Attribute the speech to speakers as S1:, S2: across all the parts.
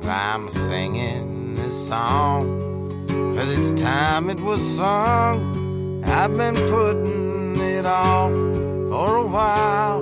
S1: I'm singing this song, 'cause it's time it was sung. I've been putting it off for a while,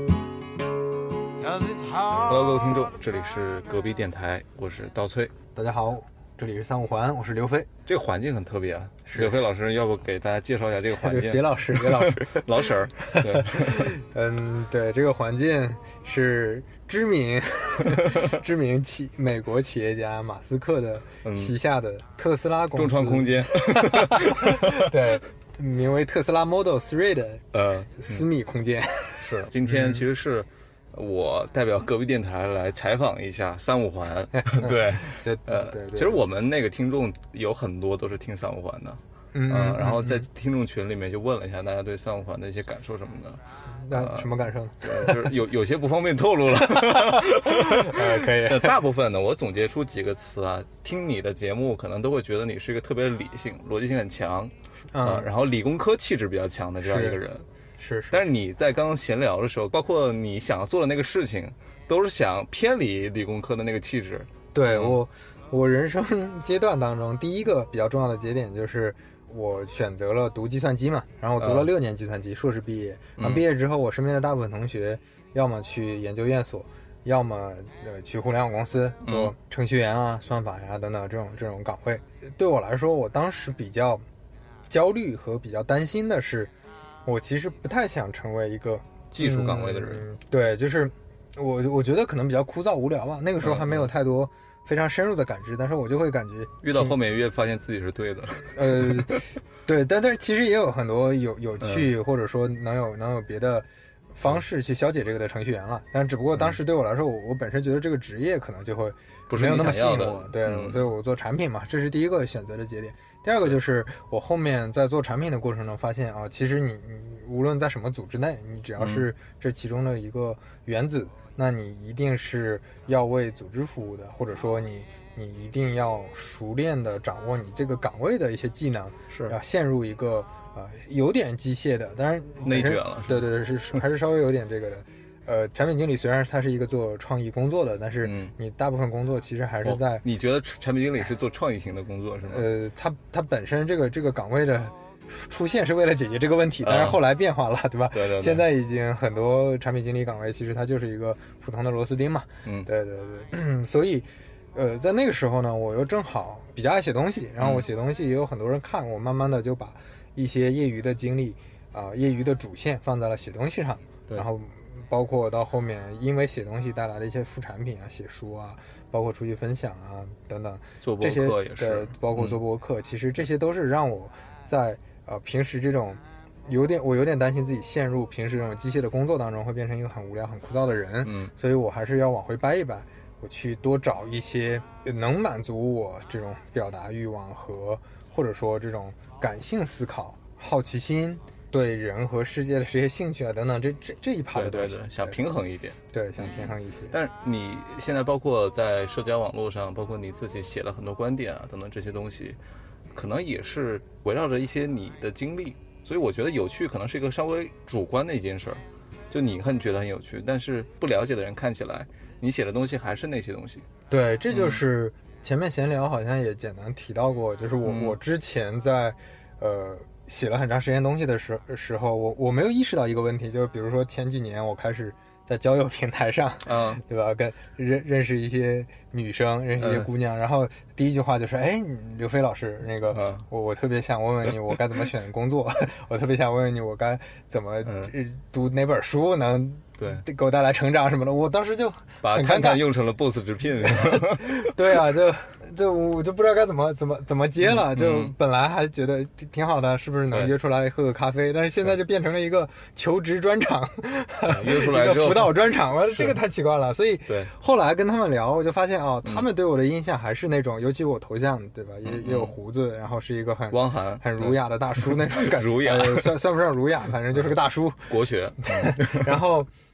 S1: 'cause it's hard.
S2: Hello， 各位听众，这里是隔壁电台，我是刀崔。
S3: 大家好，这里是三五环，我是刘飞。
S2: 这个环境很特别啊，刘飞老师，要不给大家介绍一下这个环境？
S3: 别老师，
S2: 老婶儿。对，
S3: 对，这个环境是知名美国企业家马斯克的旗下的特斯拉公司
S2: 众创空间，
S3: 对，名为特斯拉 Model 3的私密空间。
S2: 是，今天其实是我代表隔壁电台来采访一下三五环。对，其实我们那个听众有很多都是听三五环的。然后在听众群里面就问了一下大家对三五环的一些感受什么的。
S3: 那什么感受？
S2: 就是有些不方便透露了。
S3: 可以。
S2: 大部分呢，我总结出几个词啊，听你的节目可能都会觉得你是一个特别理性、逻辑性很强，然后理工科气质比较强的这样一个人。
S3: 是。
S2: 但是你在刚刚闲聊的时候，包括你想做的那个事情，都是想偏离理工科的那个气质。
S3: 对，我人生阶段当中第一个比较重要的节点就是我选择了读计算机嘛，然后我读了6年计算机，硕士毕业。然后毕业之后，我身边的大部分同学要么去研究院所，要么去互联网公司做程序员啊、算法呀等等这种岗位。对我来说，我当时比较焦虑和比较担心的是，我其实不太想成为一个
S2: 技术岗位的人。
S3: 对，就是我觉得可能比较枯燥无聊吧。那个时候还没有太多非常深入的感知，但是我就会感觉
S2: 越到后面越发现自己是对的。
S3: 对，但是其实也有很多有趣，或者说能有别的方式去消解这个的程序员了。但只不过当时对我来说，我本身觉得这个职业可能就会没有那么吸引我。对，所以我做产品嘛，这是第一个选择的节点。第二个就是我后面在做产品的过程中发现啊，其实你无论在什么组织内，你只要是这其中的一个原子，那你一定是要为组织服务的，或者说你一定要熟练的掌握你这个岗位的一些技能，
S2: 是要
S3: 陷入一个有点机械的，当然
S2: 内卷了。
S3: 对，是还是稍微有点这个的。产品经理虽然他是一个做创意工作的，但是你大部分工作其实还是在。
S2: 你觉得产品经理是做创意型的工作是吗？
S3: 他本身这个岗位的出现是为了解决这个问题，但是后来变化了，对吧？
S2: 对。
S3: 现在已经很多产品经理岗位其实它就是一个普通的螺丝钉嘛。对。所以在那个时候呢，我又正好比较爱写东西，然后我写东西也有很多人看，我慢慢的就把一些业余的精力业余的主线放在了写东西上，然后包括到后面因为写东西带来的一些副产品啊，写书啊，包括出去分享啊等等，
S2: 做播客也是，
S3: 包括做播客，其实这些都是让我在平时这种我有点担心自己陷入平时这种机械的工作当中会变成一个很无聊很枯燥的人。所以我还是要往回掰一掰，我去多找一些能满足我这种表达欲望和或者说这种感性思考、好奇心、对人和世界的这些兴趣啊等等，这一趴的东西。
S2: 对，想平衡一点。
S3: 对，想平衡一些。
S2: 但是你现在包括在社交网络上，包括你自己写了很多观点啊等等这些东西，可能也是围绕着一些你的经历，所以我觉得有趣可能是一个稍微主观的一件事儿，就你觉得很有趣，但是不了解的人看起来你写的东西还是那些东西。
S3: 对，这就是前面闲聊好像也简单提到过，就是我之前在写了很长时间东西的时候，我没有意识到一个问题，就是比如说前几年我开始在交友平台上，对吧？跟认识一些女生，认识一些姑娘，然后第一句话就是，刘飞老师，那个我特别想问问你，我该怎么选工作？我特别想问问你，我该怎么读哪本书能给我带来成长什么的？我当时就
S2: 把探探用成了 boss 直聘。
S3: 对啊，我就不知道该怎么接了。就本来还觉得挺好的，是不是能约出来喝个咖啡？但是现在就变成了一个求职专场，
S2: 约出来
S3: 一个辅导专场，这个太奇怪了。所以后来跟他们聊，我就发现他们对我的印象还是那种，尤其我头像对吧，也有胡子，然后是一个很
S2: 汪涵、
S3: 很儒雅的大叔那种感觉。
S2: 儒雅
S3: 算不上儒雅，反正就是个大叔，
S2: 国学。
S3: 然后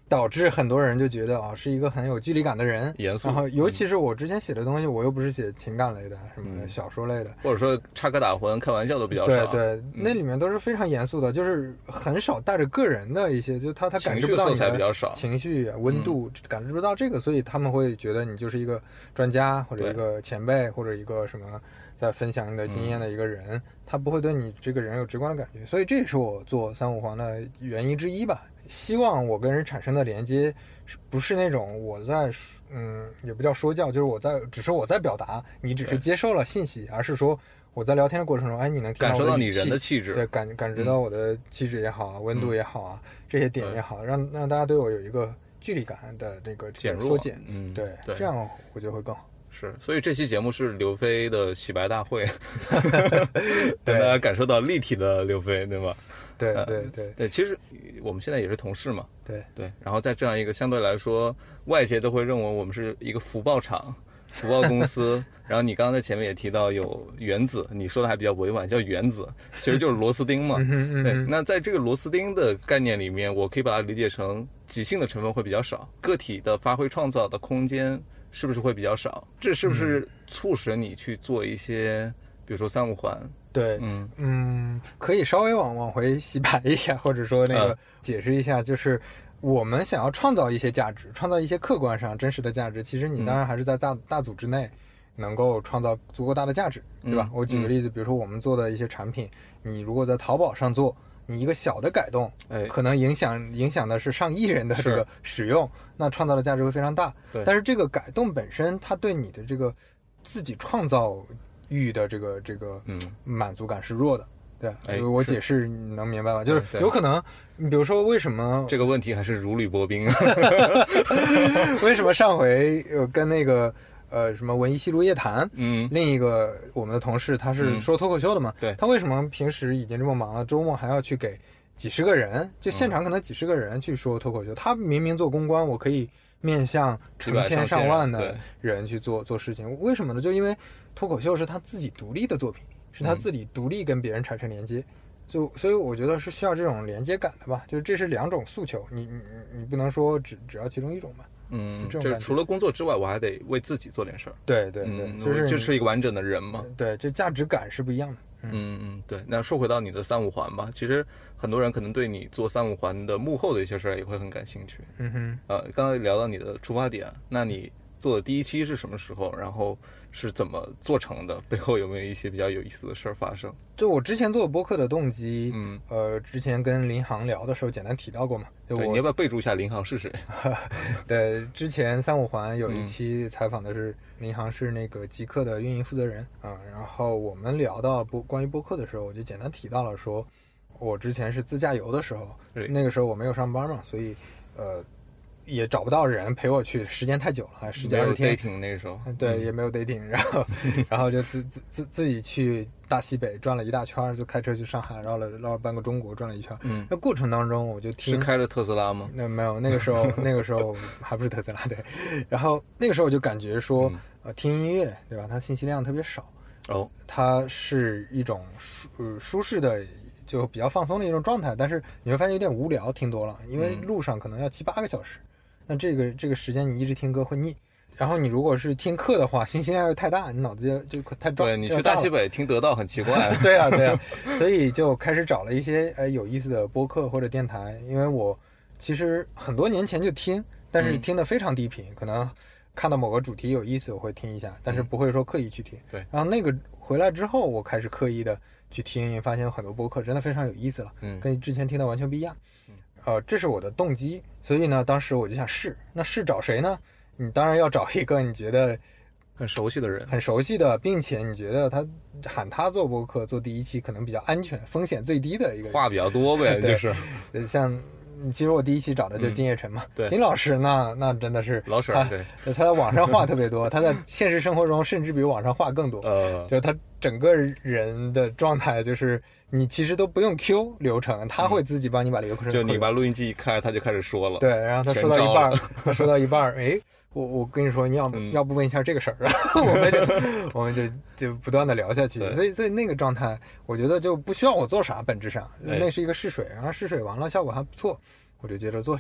S3: 导致很多人就觉得是一个很有距离感的人，
S2: 严肃。
S3: 然后尤其是我之前写的东西，我又不是写情感类的什么小说类的，
S2: 或者说插科打诨、开玩笑都比较少。
S3: 对，那里面都是非常严肃的，就是很少带着个人的一些，就他感知不到你的情绪温度，感知不到这个，所以他们会觉得你就是一个专家或者一个前辈或者一个什么在分享你的经验的一个人，他不会对你这个人有直观的感觉，所以这也是我做三五黄的原因之一吧。希望我跟人产生的连接不是那种我在也不叫说教，就是只是我在表达，你只是接受了信息，而是说我在聊天的过程中，你能听到
S2: 感受到你人的气质，
S3: 对，感知到我的气质也好，温度也好啊，这些点也好，让大家对我有一个距离感的这个缩减，对，这样我觉得会更好。
S2: 是，所以这期节目是刘飞的洗白大会，让大家感受到立体的刘飞，对吧？
S3: 对，
S2: 其实我们现在也是同事嘛，
S3: 对，
S2: 然后在这样一个相对来说，外界都会认为我们是一个福报厂、福报公司。然后你刚刚在前面也提到有原子，你说的还比较委婉，叫原子，其实就是螺丝钉嘛。对，那在这个螺丝钉的概念里面，我可以把它理解成即兴的成分会比较少，个体的发挥创造的空间是不是会比较少？这是不是促使你去做一些，比如说三五环？
S3: 对，可以稍微往回洗白一下，或者说那个解释一下，就是我们想要创造一些价值，创造一些客观上真实的价值，其实你当然还是在大组织内能够创造足够大的价值，对吧？我举个例子，比如说我们做的一些产品，你如果在淘宝上做，你一个小的改动，可能影响的是上亿人的这个使用，那创造的价值会非常大。但是这个改动本身，它对你的这个自己创造欲的这个满足感是弱的。对，我解释你能明白吧？就是有可能，你比如说为什么
S2: 这个问题还是如履薄冰？
S3: 为什么上回跟那个什么文艺戏路夜谈，另一个我们的同事他是说脱口秀的嘛，
S2: 对，
S3: 他为什么平时已经这么忙了，周末还要去给几十个人，就现场可能几十个人去说脱口秀，他明明做公关，我可以面向成千上万的人去做事情，为什么呢？就因为脱口秀是他自己独立的作品，是他自己独立跟别人产生连接，所以我觉得是需要这种连接感的吧，就是这是两种诉求，你不能说只要其中一种吧。
S2: 就是除了工作之外，我还得为自己做点事儿。
S3: 对，
S2: 就是一个完整的人嘛。
S3: 对，这价值感是不一样的。
S2: 对。那说回到你的三五环吧，其实很多人可能对你做三五环的幕后的一些事儿也会很感兴趣。刚才聊到你的出发点，那你做的第一期是什么时候？然后是怎么做成的？背后有没有一些比较有意思的事儿发生？
S3: 就我之前做播客的动机，之前跟林航聊的时候简单提到过嘛。
S2: 你要不要备注一下林航是谁？
S3: 对，之前三五环有一期采访的是林航，是那个极客的运营负责人啊。然后我们聊到关于播客的时候，我就简单提到了说，我之前是自驾游的时候，那个时候我没有上班嘛，所以也找不到人陪我去，时间太久了，10几20天。
S2: 没有 dating 那个时候，
S3: 对，也没有 dating， 然后就自己去大西北转了一大圈，就开车去上海，绕了半个中国，转了一圈。那过程当中我就听，
S2: 是开着特斯拉吗？
S3: 那没有，那个时候还不是特斯拉，对。然后那个时候我就感觉说，听音乐，对吧？它信息量特别少，它是一种舒适的。就比较放松的一种状态，但是你会发现有点无聊，听多了，因为路上可能要7、8个小时，那这个时间你一直听歌会腻。然后你如果是听课的话，信息量又太大，你脑子就太壮。
S2: 对，你去大西北听得到很奇怪。
S3: 对啊，所以就开始找了一些有意思的播客或者电台，因为我其实很多年前就听，但是听得非常低频，可能看到某个主题有意思我会听一下，但是不会说刻意去听。
S2: 对，
S3: 然后那个回来之后，我开始刻意的去听，发现有很多播客真的非常有意思了，跟之前听的完全不一样。这是我的动机，所以呢，当时我就想试。那试找谁呢？你当然要找一个你觉得
S2: 很熟悉的人，
S3: 很熟悉的，并且你觉得他喊他做播客做第一期可能比较安全，风险最低的一个人，
S2: 话比较多呗，就是
S3: 像。其实我第一期找的就是金叶晨嘛，
S2: 对，
S3: 金老师那真的是
S2: 老婶，
S3: 他在网上话特别多，他在现实生活中甚至比网上话更多，就是他整个人的状态就是你其实都不用 Q 流程，他会自己帮你把流程，
S2: 就你把录音机一开，他就开始说了，
S3: 对，然后他说到一半，哎，我跟你说，你要不问一下这个事儿，然后我们就不断的聊下去，所以那个状态，我觉得就不需要我做啥，本质上那是一个试水，然后试水完了效果还不错，我就接着做下去了。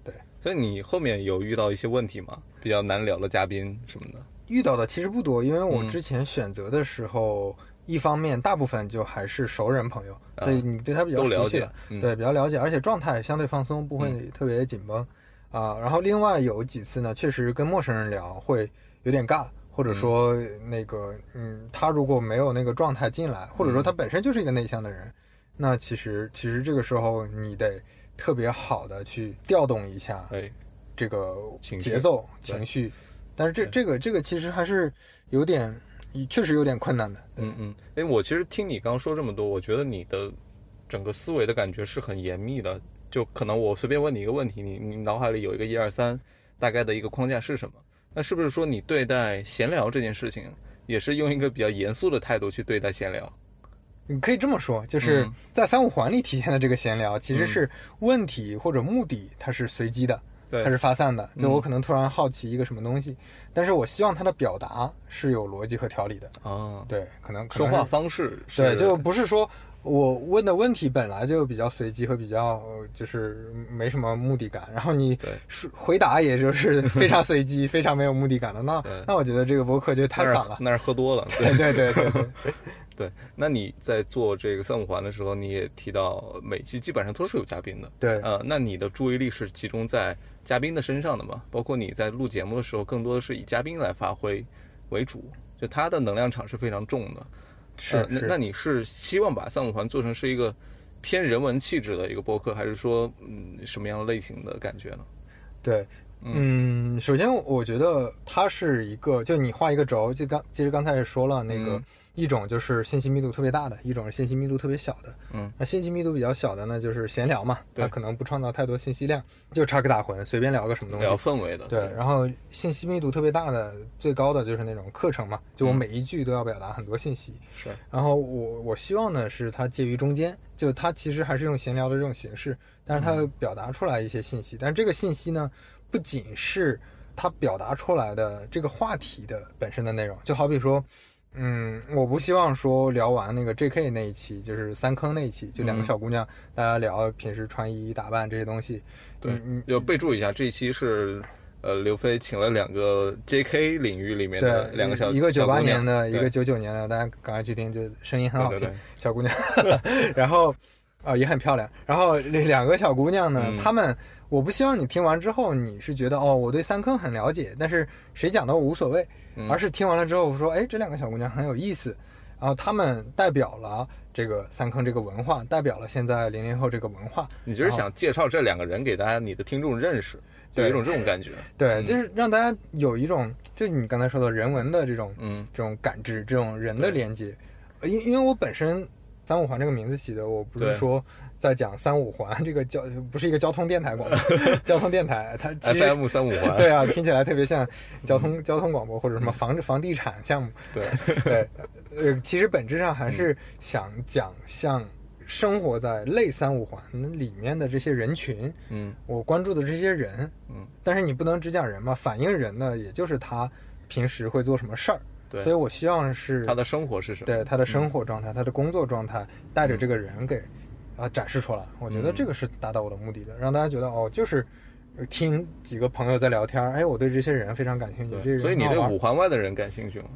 S3: 对，
S2: 所以你后面有遇到一些问题吗？比较难聊的嘉宾什么的？
S3: 遇到的其实不多，因为我之前选择的时候，一方面大部分就还是熟人朋友，所以你对他比较熟悉了，对，比较了解，而且状态相对放松，不会特别紧绷然后另外有几次呢，确实跟陌生人聊会有点尬。或者说那个他如果没有那个状态进来，或者说他本身就是一个内向的人，那其实这个时候你得特别好的去调动一下这个节奏情绪，但是这个其实还是有点确实有点困难的。
S2: 我其实听你刚刚说这么多，我觉得你的整个思维的感觉是很严密的，就可能我随便问你一个问题，你脑海里有一个1、2、3大概的一个框架是什么？那是不是说你对待闲聊这件事情也是用一个比较严肃的态度去对待闲聊？
S3: 你可以这么说，就是在三五环里体现的这个闲聊其实是问题或者目的它是随机的，它是发散的，就我可能突然好奇一个什么东西，但是我希望它的表达是有逻辑和条理的对，可能
S2: 说话方式是
S3: 对，就不是说我问的问题本来就比较随机和比较就是没什么目的感，然后你回答也就是非常随机非常没有目的感的，那我觉得这个播客就太散了，
S2: 那是喝多了。对，那你在做这个3、5环的时候，你也提到每期基本上都是有嘉宾的，
S3: 对，
S2: 那你的注意力是集中在嘉宾的身上的吗？包括你在录节目的时候，更多的是以嘉宾来发挥为主，就他的能量场是非常重的。那你是希望把3、5环做成是一个偏人文气质的一个播客，还是说什么样的类型的感觉呢？
S3: 对，首先我觉得它是一个，就你画一个轴，其实刚才也说了，那个一种就是信息密度特别大的，一种是信息密度特别小的。那信息密度比较小的呢，就是闲聊嘛，它可能不创造太多信息量，就插科打诨，随便聊个什么东西，
S2: 聊氛围的。
S3: 对，然后信息密度特别大的，最高的就是那种课程嘛，就我每一句都要表达很多信息。
S2: 是。
S3: 然后我希望呢是它介于中间，就它其实还是用闲聊的这种形式，但是它表达出来一些信息，但是这个信息呢，不仅是它表达出来的这个话题的本身的内容，就好比说我不希望说聊完那个 JK 那一期，就是3坑那一期，就2个小姑娘大家聊平时穿衣打扮这些东西。
S2: 对，要备注一下，这一期是刘飞请了2个 JK 领域里面的2个小，
S3: 一个98年的，一个99年的，大家赶快去听，就声音很好听，对小姑娘，然后也很漂亮。然后这2个小姑娘呢，她们。我不希望你听完之后你是觉得我对3坑很了解，但是谁讲的我无所谓，而是听完了之后说这2个小姑娘很有意思，然后她们代表了这个3坑这个文化，代表了现在00后这个文化。
S2: 你就是想介绍这2个人给大家，你的听众认识，有一种这种感觉。
S3: 对，就是让大家有一种就你刚才说的人文的这种感知，这种人的连接。因为我本身3、5环这个名字起的，我不是说在讲3、5环这个不是一个交通电台广播，交通电台它其实
S2: FM 3、5环，
S3: 对啊，听起来特别像交通广播或者什么房地产项目。对，其实本质上还是想讲像生活在类3、5环里面的这些人群，我关注的这些人，但是你不能只讲人嘛，反映人呢，也就是他平时会做什么事儿。
S2: 对，
S3: 所以我希望是
S2: 他的生活是什么？
S3: 对，他的生活状态，他的工作状态，带着这个人给展示出来。我觉得这个是达到我的目的的，让大家觉得就是听几个朋友在聊天，我对这些人非常感兴趣。这人
S2: 所以你对5环外的人感兴趣吗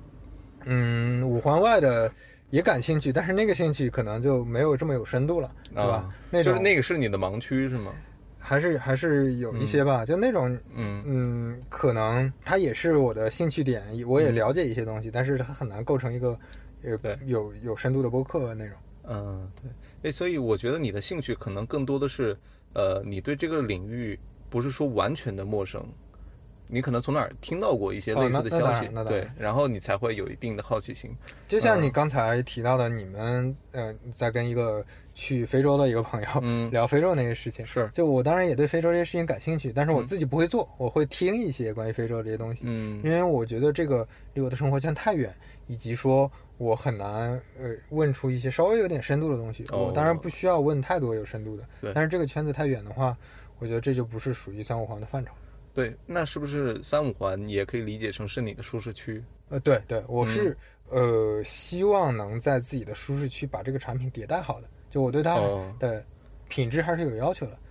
S3: ？5环外的也感兴趣，但是那个兴趣可能就没有这么有深度了，对吧？
S2: 就是那个是你的盲区是吗？
S3: 还是有一些吧，就那种可能它也是我的兴趣点，我也了解一些东西，但是它很难构成一个有深度的播客内容。
S2: 对，所以我觉得你的兴趣可能更多的是你对这个领域不是说完全的陌生，你可能从哪儿听到过一些类似的消息，对，然后你才会有一定的好奇心。
S3: 就像你刚才提到的，你们在跟一个去非洲的一个朋友聊非洲那些事情，
S2: 是，
S3: 就我当然也对非洲这些事情感兴趣，但是我自己不会做，我会听一些关于非洲的这些东西，因为我觉得这个离我的生活圈太远，以及说我很难问出一些稍微有点深度的东西。我当然不需要问太多有深度的，但是这个圈子太远的话，我觉得这就不是属于3、5环的范畴。
S2: 对，那是不是3、5环也可以理解成是你的舒适区？
S3: 对，我是希望能在自己的舒适区把这个产品迭代好的，就我对它的品质还是有要求的。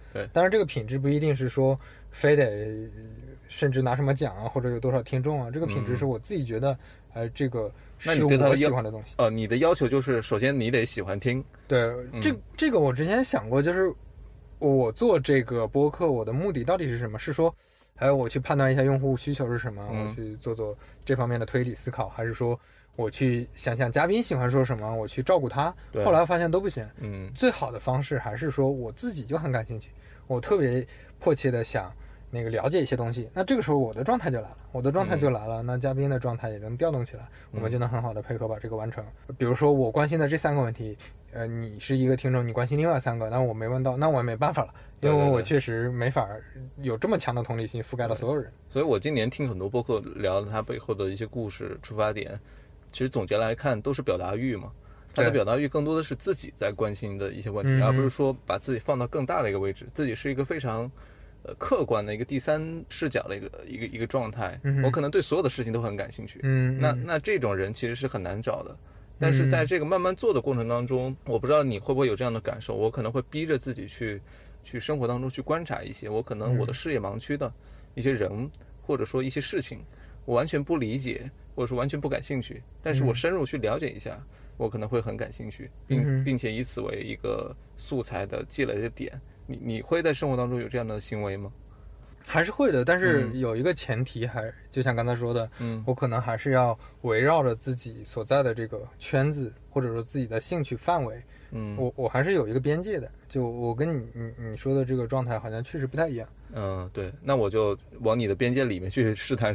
S2: 对，
S3: 当然这个品质不一定是说非得甚至拿什么奖啊，或者有多少听众啊，这个品质是我自己觉得，这个是我喜欢的东西。
S2: 你的要求就是首先你得喜欢听。
S3: 对，这个我之前想过，就是我做这个播客，我的目的到底是什么？是说，我去判断一下用户需求是什么，我去做这方面的推理思考，还是说我去想想嘉宾喜欢说什么，我去照顾他？后来我发现都不行。最好的方式还是说我自己就很感兴趣，我特别迫切的想那个了解一些东西，那这个时候我的状态就来了，那嘉宾的状态也能调动起来，我们就能很好的配合把这个完成。比如说我关心的这3个问题，你是一个听众，你关心另外3个，那我没问到，那我也没办法了，因为我确实没法有这么强的同理心覆盖到所有人。
S2: 所以我今年听很多播客聊它背后的一些故事出发点，其实总结来看都是表达欲嘛。他的表达欲更多的是自己在关心的一些问题，而不是说把自己放到更大的一个位置，自己是一个非常客观的一个第三视角的一个状态。我可能对所有的事情都很感兴趣。那这种人其实是很难找的。但是在这个慢慢做的过程当中，我不知道你会不会有这样的感受，我可能会逼着自己去生活当中去观察一些我可能我的视野盲区的一些人，或者说一些事情，我完全不理解，或者说完全不感兴趣，但是我深入去了解一下，我可能会很感兴趣，并且以此为一个素材的积累的点。你会在生活当中有这样的行为吗？
S3: 还是会的，但是有一个前提，就像刚才说的，我可能还是要围绕着自己所在的这个圈子，或者说自己的兴趣范围，我还是有一个边界的。就我跟你说的这个状态好像确实不太一样。
S2: 对，那我就往你的边界里面去试探。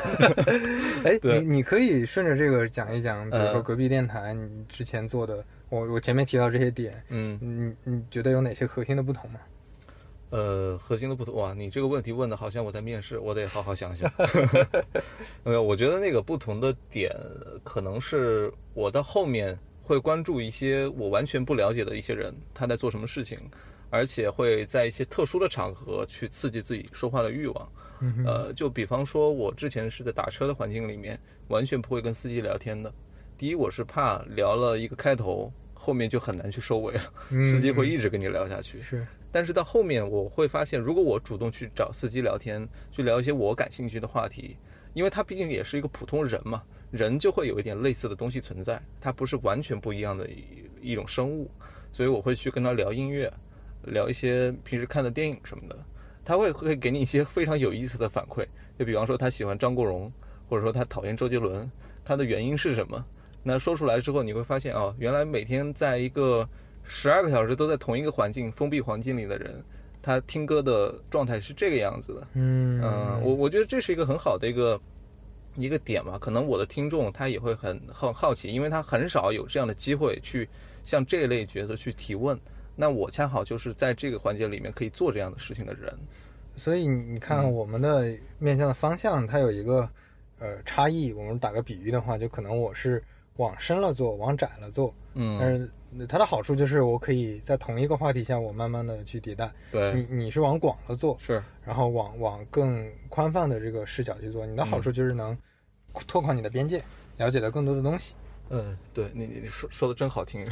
S3: 你可以顺着这个讲一讲，比如说隔壁电台你之前做的，我前面提到这些点，你觉得有哪些核心的不同吗？
S2: 核心的不同，哇，你这个问题问的好像我在面试，我得好好想想。我觉得那个不同的点，可能是我到后面会关注一些我完全不了解的一些人，他在做什么事情，而且会在一些特殊的场合去刺激自己说话的欲望。就比方说我之前是在打车的环境里面，完全不会跟司机聊天的。第一，我是怕聊了一个开头，后面就很难去收尾了，司机会一直跟你聊下去。
S3: 是。
S2: 但是到后面我会发现，如果我主动去找司机聊天，去聊一些我感兴趣的话题，因为他毕竟也是一个普通人嘛，人就会有一点类似的东西存在，他不是完全不一样的一种生物，所以我会去跟他聊音乐，聊一些平时看的电影什么的，他会给你一些非常有意思的反馈。就比方说他喜欢张国荣，或者说他讨厌周杰伦，他的原因是什么？那说出来之后，你会发现原来每天在一个12个小时都在同一个环境封闭环境里的人，他听歌的状态是这个样子的。我觉得这是一个很好的一个点吧。可能我的听众他也会很好奇，因为他很少有这样的机会去向这一类角色去提问，那我恰好就是在这个环节里面可以做这样的事情的人。
S3: 所以你看我们的面向的方向它有一个差异。我们打个比喻的话，就可能我是往深了做，往窄了做，但是它的好处就是我可以在同一个话题下我慢慢的去迭代。
S2: 对，
S3: 你是往广了做，
S2: 是，
S3: 然后往更宽泛的这个视角去做，你的好处就是能拓宽你的边界，了解到更多的东西。
S2: 对，你说的真好听。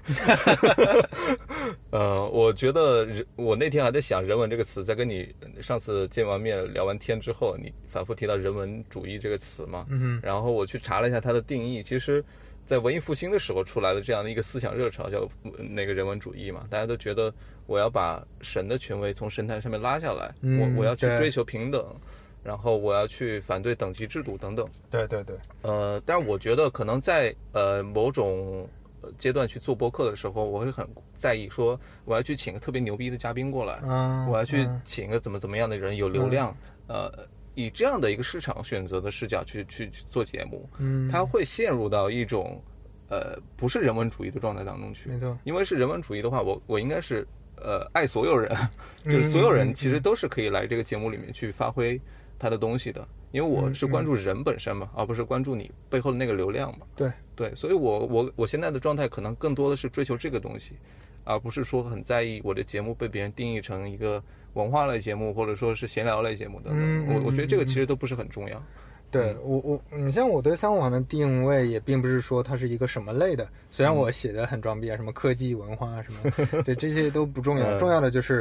S2: 我觉得我那天还在想人文这个词，在跟你上次见完面聊完天之后，你反复提到人文主义这个词嘛，然后我去查了一下它的定义，其实在文艺复兴的时候出来的这样的一个思想热潮叫那个人文主义嘛，大家都觉得我要把神的权威从神坛上面拉下来，我要去追求平等，然后我要去反对等级制度等等。
S3: 对。
S2: 但是我觉得可能在某种阶段去做播客的时候，我会很在意说我要去请个特别牛逼的嘉宾过来，我要去请个怎么样的人有流量，以这样的一个市场选择的视角去做节目，他会陷入到一种不是人文主义的状态当中去。
S3: 没错，
S2: 因为是人文主义的话，我应该是爱所有人，就是所有人其实都是可以来这个节目里面去发挥他的东西的，因为我是关注人本身嘛，而不是关注你背后的那个流量嘛。对，所以我现在的状态可能更多的是追求这个东西，而不是说很在意我的节目被别人定义成一个文化类节目，或者说是闲聊类节目等等。我觉得这个其实都不是很重要。
S3: 对，你像我对三五行的定位也并不是说它是一个什么类的，虽然我写的很装逼啊，什么科技文化什么，对，这些都不重要，重要的就是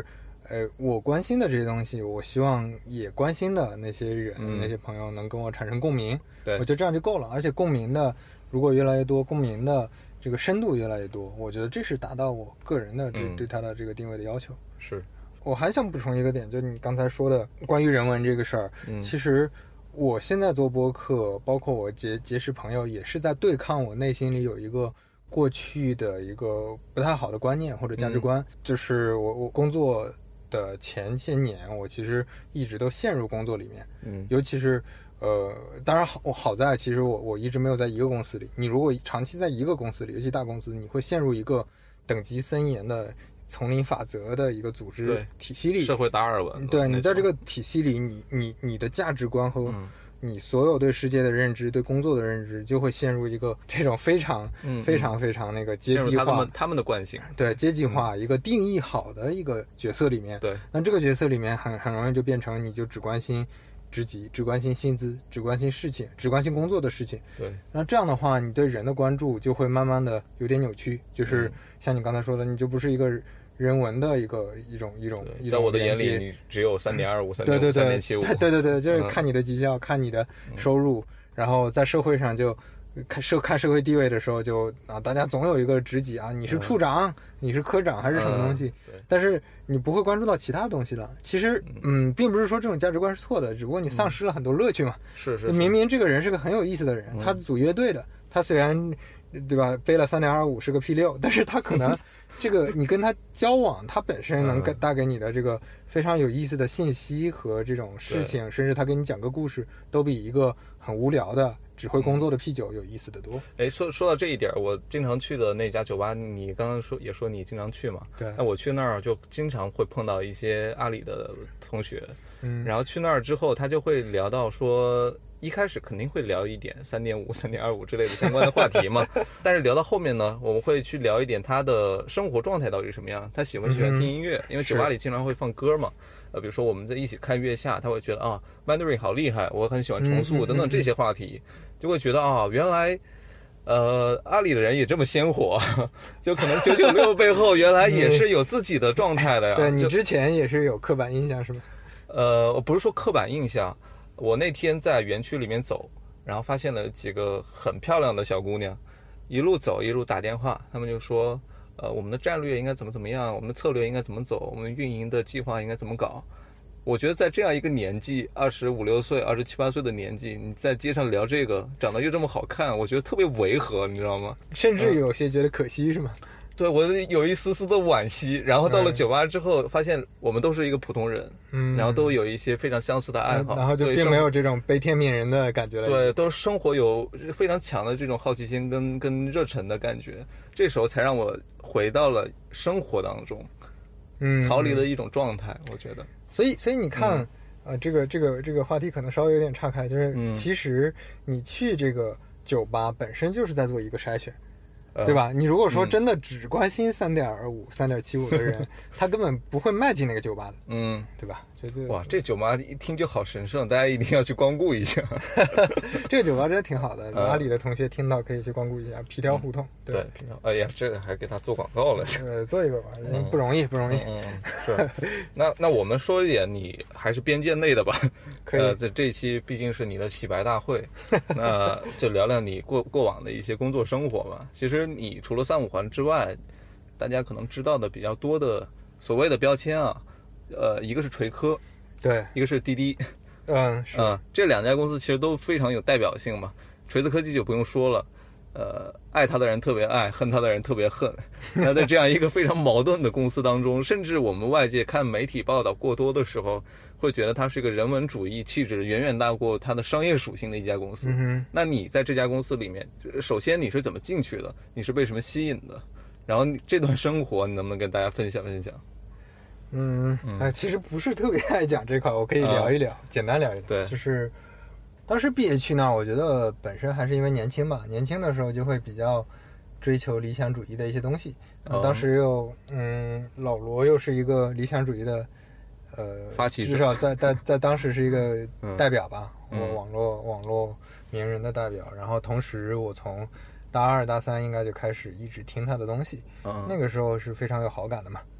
S3: 我关心的这些东西，我希望也关心的那些人、那些朋友能跟我产生共鸣。
S2: 对，
S3: 我觉得这样就够了。而且共鸣的如果越来越多，共鸣的这个深度越来越多，我觉得这是达到我个人的对它的这个定位的要求。
S2: 是。
S3: 我还想补充一个点，就你刚才说的关于人文这个事儿，其实我现在做播客，包括我结识朋友，也是在对抗我内心里有一个过去的一个不太好的观念或者价值观。就是我工作的前些年，我其实一直都陷入工作里面，尤其是当然好在其实我一直没有在一个公司里。你如果长期在一个公司里，尤其大公司，你会陷入一个等级森严的丛林法则的一个组织体系里，
S2: 社会达尔文。
S3: 对，你在这个体系里，你的价值观和你所有对世界的认知、对工作的认知，就会陷入一个这种非常那个阶级化，
S2: 他们的惯性，
S3: 对，阶级化一个定义好的一个角色里面。
S2: 对，
S3: 那这个角色里面很容易就变成你就只关心职级，只关心薪资，只关心事情，只关心工作的事情。
S2: 对，
S3: 那这样的话，你对人的关注就会慢慢的有点扭曲，就是像你刚才说的，你就不是一个人文的一种
S2: 在我的眼里，你只有3.25、
S3: 3.75，
S2: 3.75。
S3: 对，就是看你的绩效，看你的收入，然后在社会上就看社会地位的时候就大家总有一个职级啊，你是处长，你是科长还是什么东西，但是你不会关注到其他东西了。其实并不是说这种价值观是错的，只不过你丧失了很多乐趣嘛。
S2: 是。
S3: 明明这个人是个很有意思的人，他组乐队的，他虽然对吧背了3.25是个 P6，但是他可能这个你跟他交往，他本身能带给你的这个非常有意思的信息和这种事情，甚至他给你讲个故事，都比一个很无聊的只会工作的 P9 有意思的多。
S2: 说到这一点，我经常去的那家酒吧，你刚刚也说你经常去嘛？
S3: 对。
S2: 那我去那儿就经常会碰到一些阿里的同学，然后去那儿之后，他就会聊到说，一开始肯定会聊一点3.5、3.25之类的相关的话题嘛，但是聊到后面呢，我们会去聊一点他的生活状态到底是什么样，他喜欢听音乐，因为酒吧里经常会放歌嘛。比如说我们在一起看月下，他会觉得Mandarin 好厉害，我很喜欢重塑等等这些话题，就会觉得原来阿里的人也这么鲜活，就可能996背后原来也是有自己的状态的呀。
S3: 对，你之前也是有刻板印象是吗？
S2: 我不是说刻板印象，我那天在园区里面走，然后发现了几个很漂亮的小姑娘，一路走一路打电话，他们就说我们的战略应该怎么样，我们的策略应该怎么走，我们运营的计划应该怎么搞。我觉得在这样一个年纪，25、26岁、27、28岁的年纪，你在街上聊这个，长得又这么好看，我觉得特别违和，你知道吗？
S3: 甚至有些觉得可惜是吗？
S2: 对，我有一丝丝的惋惜。然后到了酒吧之后，发现我们都是一个普通人，然后都有一些非常相似的爱好，
S3: 然后就并没有这种悲天悯人的感觉了。
S2: 对，都是生活有非常强的这种好奇心跟热忱的感觉。这时候才让我回到了生活当中，逃离了一种状态。我觉得，
S3: 所以你看，这个话题可能稍微有点岔开，就是其实你去这个酒吧本身就是在做一个筛选。对吧？你如果说真的只关心3.25、3.75的人，他根本不会迈进那个酒吧的，对吧？
S2: 哇，这酒吧一听就好神圣，大家一定要去光顾一下。
S3: 这个酒吧真的挺好的，阿里的同学听到可以去光顾一下。皮条胡同，
S2: 对，皮条。哎呀，这个还给他做广告了。
S3: 做一个吧，不容易。
S2: 是。那我们说一点，你还是边界内的吧。
S3: 可以。
S2: 这一期毕竟是你的洗白大会，那就聊聊你过往的一些工作生活吧。其实你除了3-5环之外，大家可能知道的比较多的所谓的标签一个是锤科，
S3: 对，
S2: 一个是滴滴，
S3: 是
S2: 这2家公司其实都非常有代表性嘛。锤子科技就不用说了，爱他的人特别爱，恨他的人特别恨。那在这样一个非常矛盾的公司当中，甚至我们外界看媒体报道过多的时候，会觉得它是一个人文主义气质远远大过它的商业属性的一家公司。那你在这家公司里面，首先你是怎么进去的？你是被什么吸引的？然后这段生活你能不能跟大家分享分享？
S3: 其实不是特别爱讲这块，我可以聊一聊，简单聊一聊。
S2: 对，
S3: 就是当时毕业去那儿，我觉得本身还是因为年轻吧，年轻的时候就会比较追求理想主义的一些东西。当时又老罗又是一个理想主义的
S2: 发起者，
S3: 至少在当时是一个代表吧，我网络名人的代表。然后同时我从大2、大3应该就开始一直听他的东西，那个时候是非常有好感的嘛。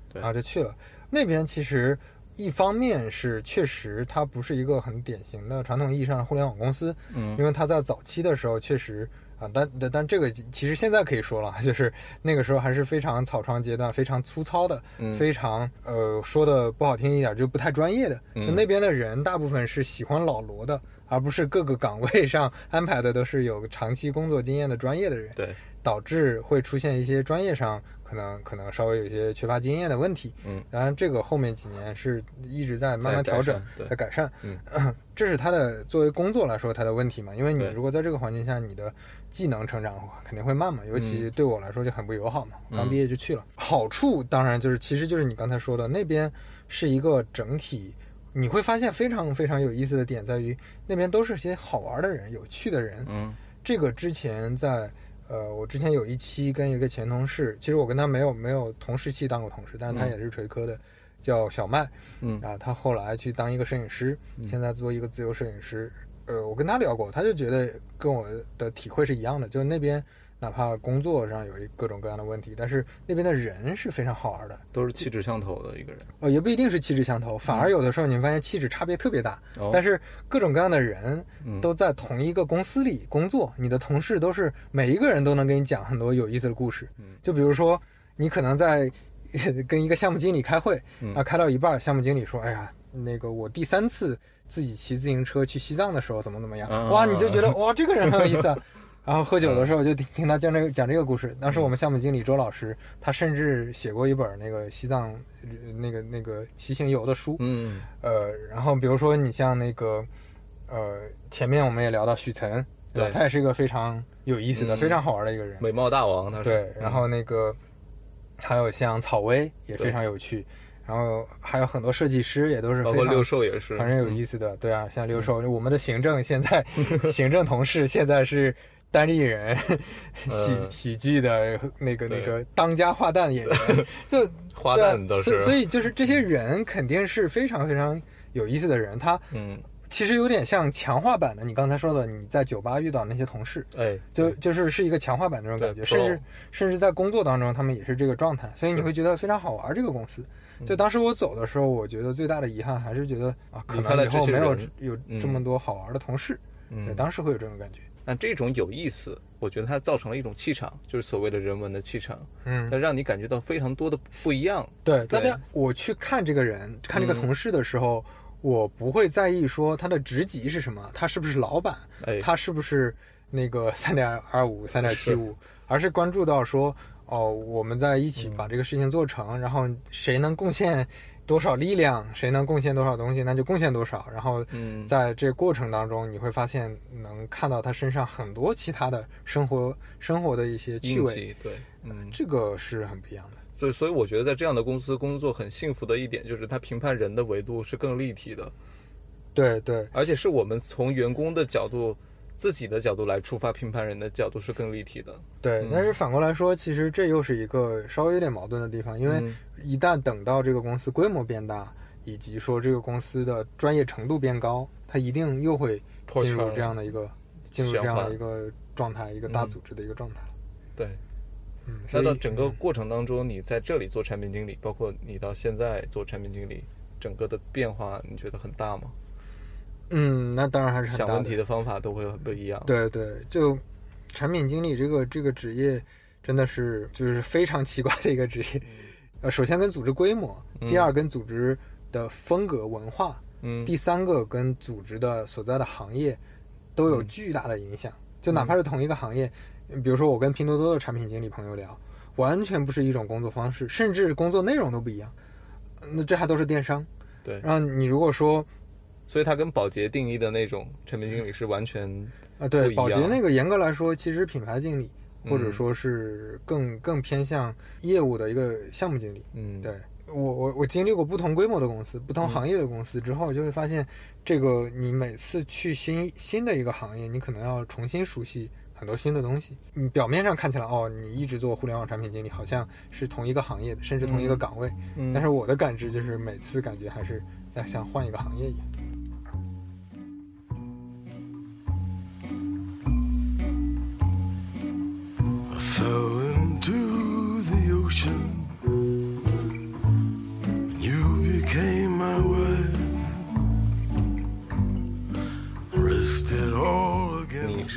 S2: 对，
S3: 然后就去了那边。其实一方面是确实它不是一个很典型的传统意义上的互联网公司，因为它在早期的时候确实啊，但这个其实现在可以说了，就是那个时候还是非常草创阶段，非常粗糙的，非常说的不好听一点就不太专业的。那边的人大部分是喜欢老罗的，而不是各个岗位上安排的都是有长期工作经验的专业的人。
S2: 对，
S3: 导致会出现一些专业上可能稍微有一些缺乏经验的问题。当然这个后面几年是一直在慢慢调整，在改善。这是他的作为工作来说他的问题嘛，因为你如果在这个环境下，你的技能成长肯定会慢嘛，尤其对我来说就很不友好嘛，刚毕业就去了。好处当然其实就是你刚才说的，那边是一个整体，你会发现非常非常有意思的点在于那边都是些好玩的人，有趣的人。这个之前在我之前有一期跟一个前同事，其实我跟他没有同时期当过同事，但是他也是锤科的，叫小麦。他后来去当一个摄影师，现在做一个自由摄影师。我跟他聊过，他就觉得跟我的体会是一样的，就那边哪怕工作上有各种各样的问题，但是那边的人是非常好玩的，
S2: 都是气质相投的一个人。
S3: 也不一定是气质相投，反而有的时候你会发现气质差别特别大。但是各种各样的人都在同一个公司里工作，你的同事都是每一个人都能给你讲很多有意思的故事。就比如说你可能在跟一个项目经理开会，开到一半，项目经理说：“哎呀，那个我第3次自己骑自行车去西藏的时候怎么样。”哇，你就觉得哇，这个人很有意思啊。然后喝酒的时候就听他讲这个故事。当时我们项目经理周老师，他甚至写过一本那个西藏那个骑行游的书。然后比如说你像那个前面我们也聊到许岑，对吧？他也是一个非常有意思的、非常好玩的一个人，
S2: 美貌大王他是。
S3: 对，然后那个还有像草薇也非常有趣。然后还有很多设计师也都是非常，
S2: 包括六兽也是
S3: 反正有意思的。对啊，像六兽，我们的行政现在行政同事现在是单立人喜剧的那个当家花旦演员，就
S2: 花旦都是。
S3: 所以就是这些人肯定是非常非常有意思的人，他其实有点像强化版的你刚才说的你在酒吧遇到那些同事，就是一个强化版那种感觉，甚至在工作当中他们也是这个状态，所以你会觉得非常好玩这个公司。就当时我走的时候，我觉得最大的遗憾还是觉得可能以后没有这么多好玩的同事。对，当时会有这种感觉。
S2: 那这种有意思，我觉得它造成了一种气场，就是所谓的人文的气场。那让你感觉到非常多的不一样。
S3: 对，大家我去看这个人，看这个同事的时候，我不会在意说他的职级是什么，他是不是老板，他是不是那个3.25、3.75，而是关注到说，我们在一起把这个事情做成，然后谁能贡献多少力量，谁能贡献多少东西，那就贡献多少。然后在这过程当中，你会发现能看到他身上很多其他的生活的一些趣味。
S2: 对，
S3: 这个是很不一样的。
S2: 所以我觉得在这样的公司工作很幸福的一点就是他评判人的维度是更立体的。
S3: 对，
S2: 而且是我们从员工的角度自己的角度来出发，评判人的角度是更立体的。
S3: 对，但是反过来说，其实这又是一个稍微有点矛盾的地方，因为一旦等到这个公司规模变大，以及说这个公司的专业程度变高，它一定又会进入这样的一个状态，一个大组织的一个状态。
S2: 对，那到整个过程当中，你在这里做产品经理，包括你到现在做产品经理，整个的变化你觉得很大吗？
S3: 那当然还是很大的，
S2: 想问题的方法都会很不一样。
S3: 对，就产品经理这个职业真的是就是非常奇怪的一个职业。首先跟组织规模，第二跟组织的风格文化，第三个跟组织的所在的行业都有巨大的影响。就哪怕是同一个行业，比如说我跟拼多多的产品经理朋友聊，完全不是一种工作方式，甚至工作内容都不一样。那这还都是电商。
S2: 对，
S3: 然后你如果说，
S2: 所以它跟宝洁定义的那种产品经理是完全
S3: 对，宝洁那个严格来说其实品牌经理，或者说是更偏向业务的一个项目经理。对，我经历过不同规模的公司，不同行业的公司之后，就会发现这个你每次去新的一个行业，你可能要重新熟悉很多新的东西。表面上看起来你一直做互联网产品经理，好像是同一个行业的，甚至同一个岗位，但是我的感知就是每次感觉还是在像换一个行业一样。
S1: Fell into the ocean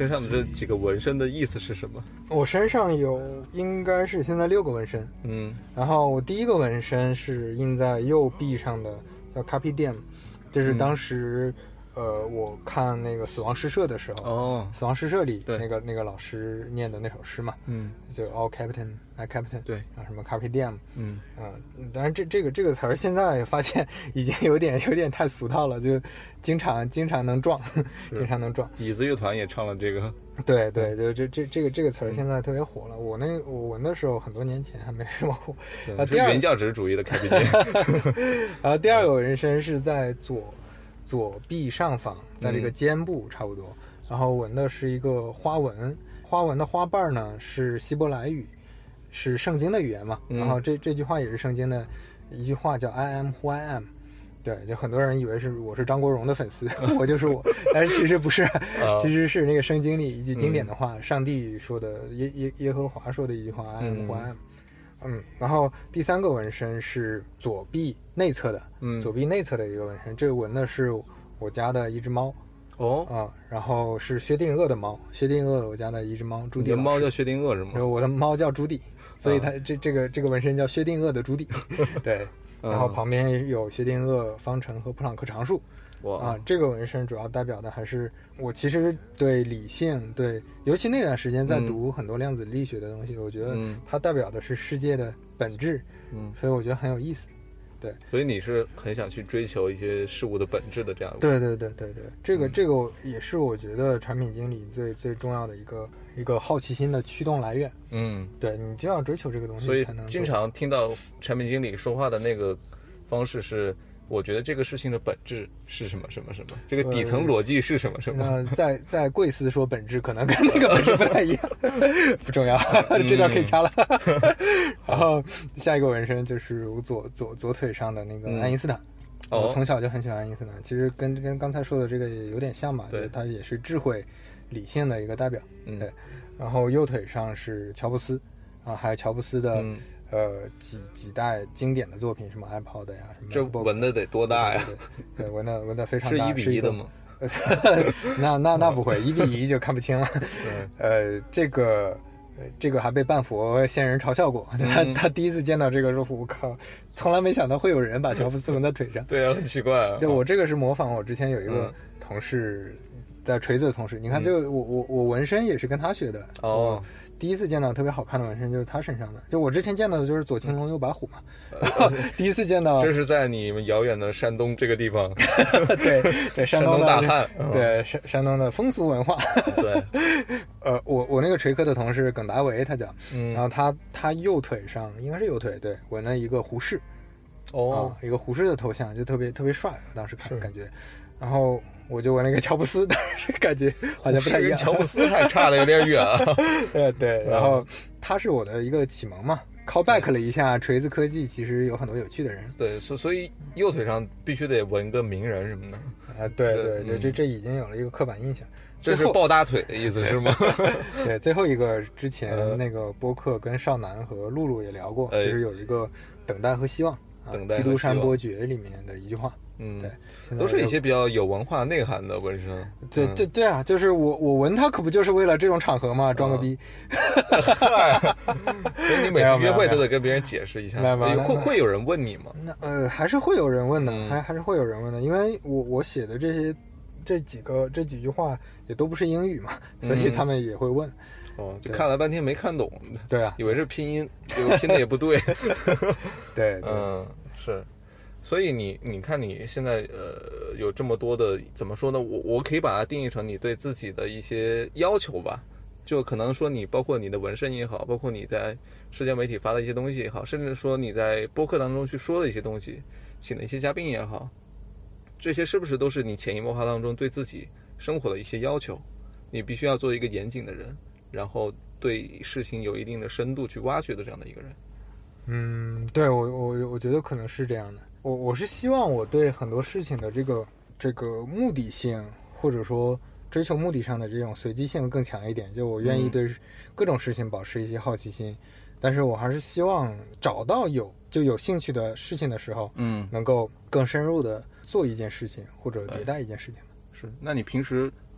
S2: 身上的这几个纹身的意思是什么？
S3: 我身上有应该是现在6个纹身，然后我第一个纹身是印在右臂上的，叫 Carpe Diem， 这是当时我看那个死亡诗社的时候，死亡诗社里那个老师念的那首诗嘛，就 All Captain My Captain， 对，然后什么 Carpe Diem， 当然这个词儿现在发现已经有点太俗套了，就经常能撞，经常能撞。
S2: 椅子乐团也唱了这个，
S3: 对，就这个词儿现在特别火了。我纹的时候很多年前还没什么火。
S2: 是原教旨主义的开辟点。
S3: 然后第二个纹身是在左臂上方，在这个肩部差不多，然后纹的是一个花纹，花纹的花瓣呢是希伯来语，是圣经的语言嘛，然后这句话也是圣经的一句话，叫 I am who I am。对，就很多人以为我是张国荣的粉丝，我就是我，但是其实不是，其实是那个圣经里一句经典的话，上帝说的，耶和华说的一句话 I am who I am。然后第三个纹身是左臂内侧的，左臂内侧的一个纹身，这个纹的是我家的一只猫，然后是薛定谔的猫，薛定谔我家的一只猫，朱迪。
S2: 你的猫叫薛定谔是吗？
S3: 我的猫叫朱迪，所以它这个纹身叫薛定谔的朱迪，对。然后旁边有薛定谔方程和普朗克常数。这个纹身主要代表的还是我其实对理性，对，尤其那段时间在读很多量子力学的东西，我觉得它代表的是世界的本质，所以我觉得很有意思。对，
S2: 所以你是很想去追求一些事物的本质的这样。
S3: 对，这个也是我觉得产品经理最重要的一个好奇心的驱动来源。对，你就要追求这个东西，
S2: 所以经常听到产品经理说话的那个方式是，我觉得这个事情的本质是什么什么什么，这个底层逻辑是什么什么。
S3: 在贵司说本质可能跟那个本质不太一样，不重要，这段可以掐了。然后下一个纹身就是我左腿上的那个爱因斯坦。我从小就很喜欢爱因斯坦，其实跟刚才说的这个也有点像嘛，对，它也是智慧理性的一个代表。对，然后右腿上是乔布斯还有乔布斯的几代经典的作品，什么 iPod 呀，什么
S2: 这纹的得多大呀？
S3: 对，纹的非常大，
S2: 是1:1的吗？
S3: 那不会，1:1就看不清了。这个还被半佛仙人嘲笑过，他第一次见到这个说，我靠，从来没想到会有人把乔布斯纹在腿上。
S2: 对啊，很奇怪啊。
S3: 对，我这个是模仿我之前有一个同事，在锤子的同事，你看这个我纹身也是跟他学的。第一次见到特别好看的纹身就是他身上的，就我之前见到的就是左青龙右白虎嘛。第一次见到，
S2: 这是在你们遥远的山东这个地方。
S3: 对，山东
S2: 大汉，
S3: 对山东的风俗文化。
S2: 对，
S3: 我那个锤科的同事耿达维他讲，然后他右腿上应该是右腿，对，纹了一个胡适。一个胡适的头像，就特别帅，当时感觉。然后我就纹了一个乔布斯，但是感觉好像不太一样，
S2: 乔布斯还差的有点远啊。
S3: 对，然后他是我的一个启蒙嘛，call back 了一下锤子科技，其实有很多有趣的人。
S2: 对，所以右腿上必须得纹个名人什么的。
S3: 对，这已经有了一个刻板印象。
S2: 这是抱大腿的意思是吗？
S3: 对，最后一个之前那个播客跟少南和露露也聊过，就是有一个等待和希望，基督山伯爵里面的一句话。对，
S2: 都是一些比较有文化内涵的纹身。
S3: 对啊，就是我纹它可不就是为了这种场合嘛，装个逼。
S2: 所以你每次约会都得跟别人解释一下。会有人问你吗？
S3: 还是会有人问的，还是会有人问的，因为我写的这几句话也都不是英语嘛，所以他们也会问。
S2: 就看了半天没看懂。
S3: 对啊，
S2: 以为是拼音，结果拼的也不对。
S3: 对，
S2: 是。所以你看你现在有这么多的，怎么说呢，我可以把它定义成你对自己的一些要求吧，就可能说你包括你的纹身也好，包括你在社交媒体发的一些东西也好，甚至说你在播客当中去说的一些东西，请的一些嘉宾也好，这些是不是都是你潜移默化当中对自己生活的一些要求？你必须要做一个严谨的人，然后对事情有一定的深度去挖掘的这样的一个人。
S3: 对，我觉得可能是这样的。我是希望我对很多事情的这个目的性，或者说追求目的上的这种随机性更强一点，就我愿意对各种事情保持一些好奇心，但是我还是希望找到有兴趣的事情的时候，能够更深入的做一件事情或者迭代一件事情。
S2: 是，那你平时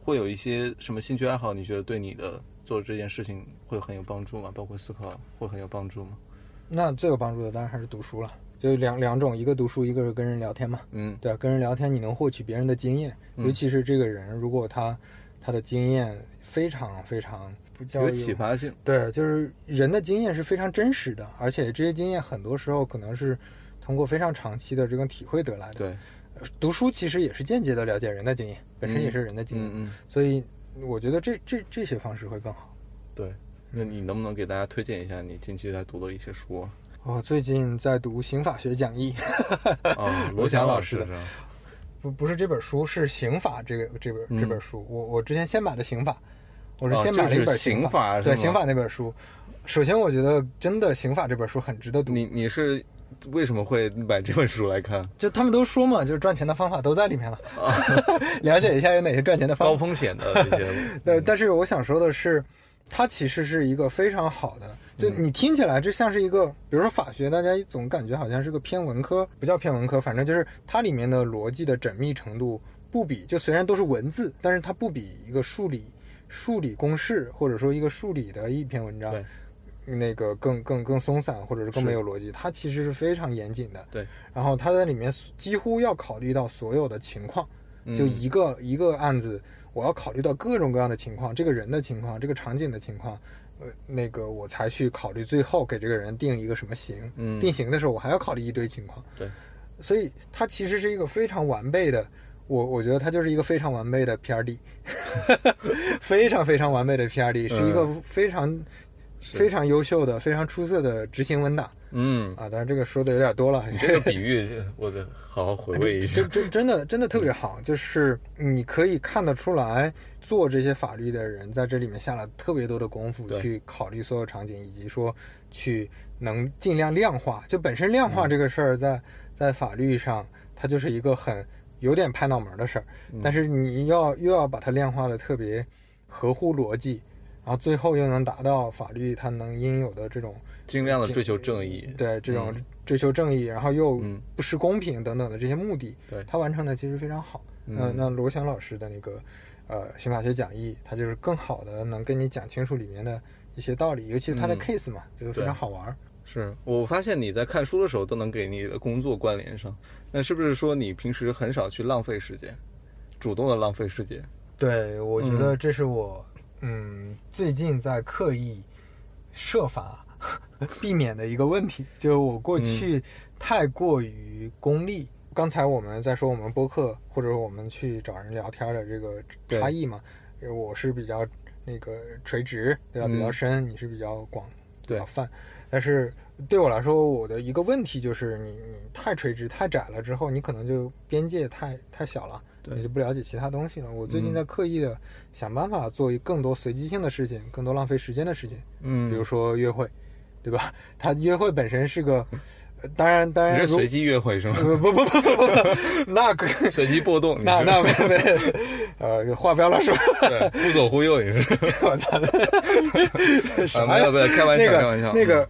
S2: 会有一些什么兴趣爱好，你觉得对你的做这件事情会很有帮助吗？包括思考会很有帮助吗？
S3: 那最有帮助的当然还是读书了，就两种，一个读书，一个是跟人聊天嘛。对啊，跟人聊天你能获取别人的经验，尤其是这个人如果他的经验非常非常不叫
S2: 有启发性。
S3: 对，就是人的经验是非常真实的，而且这些经验很多时候可能是通过非常长期的这个体会得来的。
S2: 对，
S3: 读书其实也是间接的了解人的经验，本身也是人的经验。所以我觉得这些方式会更好。
S2: 对，那你能不能给大家推荐一下你近期在读的一些书啊？
S3: 我最近在读《刑法学讲义》
S2: 罗翔老师的。
S3: 不是这本书，是刑法这本书。我之前先买的刑法，我是先买了一本
S2: 刑法，
S3: 对刑法那本书。首先我觉得真的刑法这本书很值得读。
S2: 你是为什么会买这本书来看？
S3: 就他们都说嘛，就是赚钱的方法都在里面了。了解一下有哪些赚钱的方法，
S2: 高风险的这些。
S3: 但是我想说的是，它其实是一个非常好的，就你听起来这像是一个，比如说法学，大家总感觉好像是个偏文科，不叫偏文科，反正就是它里面的逻辑的缜密程度不比，就虽然都是文字，但是它不比一个数理公式或者说一个数理的一篇文章那个更松散，或者是更没有逻辑。它其实是非常严谨的。
S2: 对，
S3: 然后它在里面几乎要考虑到所有的情况，就一个案子。我要考虑到各种各样的情况，这个人的情况，这个场景的情况，那个我才去考虑最后给这个人定一个什么刑。定刑的时候我还要考虑一堆情况。
S2: 对，
S3: 所以它其实是一个非常完备的，我觉得它就是一个非常完备的 PRD， 非常非常完备的 PRD， 是一个非常优秀的、非常出色的执行文档。当然这个说的有点多了。
S2: 你这个比喻，我得好好回味一下。
S3: 真的特别好，就是你可以看得出来，做这些法律的人在这里面下了特别多的功夫，去考虑所有场景，以及说去能尽量量化。就本身量化这个事儿，在法律上，它就是一个有点拍脑门的事儿，但是你又要把它量化的特别合乎逻辑。然后最后又能达到法律它能应有的这种
S2: 尽量的追求正义，
S3: 对这种追求正义，然后又不失公平等等的这些目的，
S2: 对
S3: 他完成的其实非常好。那罗翔老师的那个刑法学讲义，他就是更好的能跟你讲清楚里面的一些道理，尤其是他的 case 嘛，就非常好玩。
S2: 是我发现你在看书的时候都能给你的工作关联上，那是不是说你平时很少去浪费时间，主动的浪费时间？
S3: 对，我觉得这是我最近在刻意设法避免的一个问题，就是我过去太过于功利。刚才我们在说我们播客或者我们去找人聊天的这个差异嘛，我是比较那个垂直，对吧？比较深，你是比较广，比较泛。但是对我来说，我的一个问题就是你太垂直太窄了之后，你可能就边界太小了，你就不了解其他东西了。我最近在刻意的想办法做更多随机性的事情，更多浪费时间的事情。比如说约会，对吧？他约会本身是个，当然，
S2: 你是随机约会是吗？
S3: 不，那个
S2: 随机波动，
S3: 那没，话不要乱说，
S2: 对，忽左忽右也是。
S3: 我操，
S2: 没有，开玩笑，开玩笑。
S3: 那个，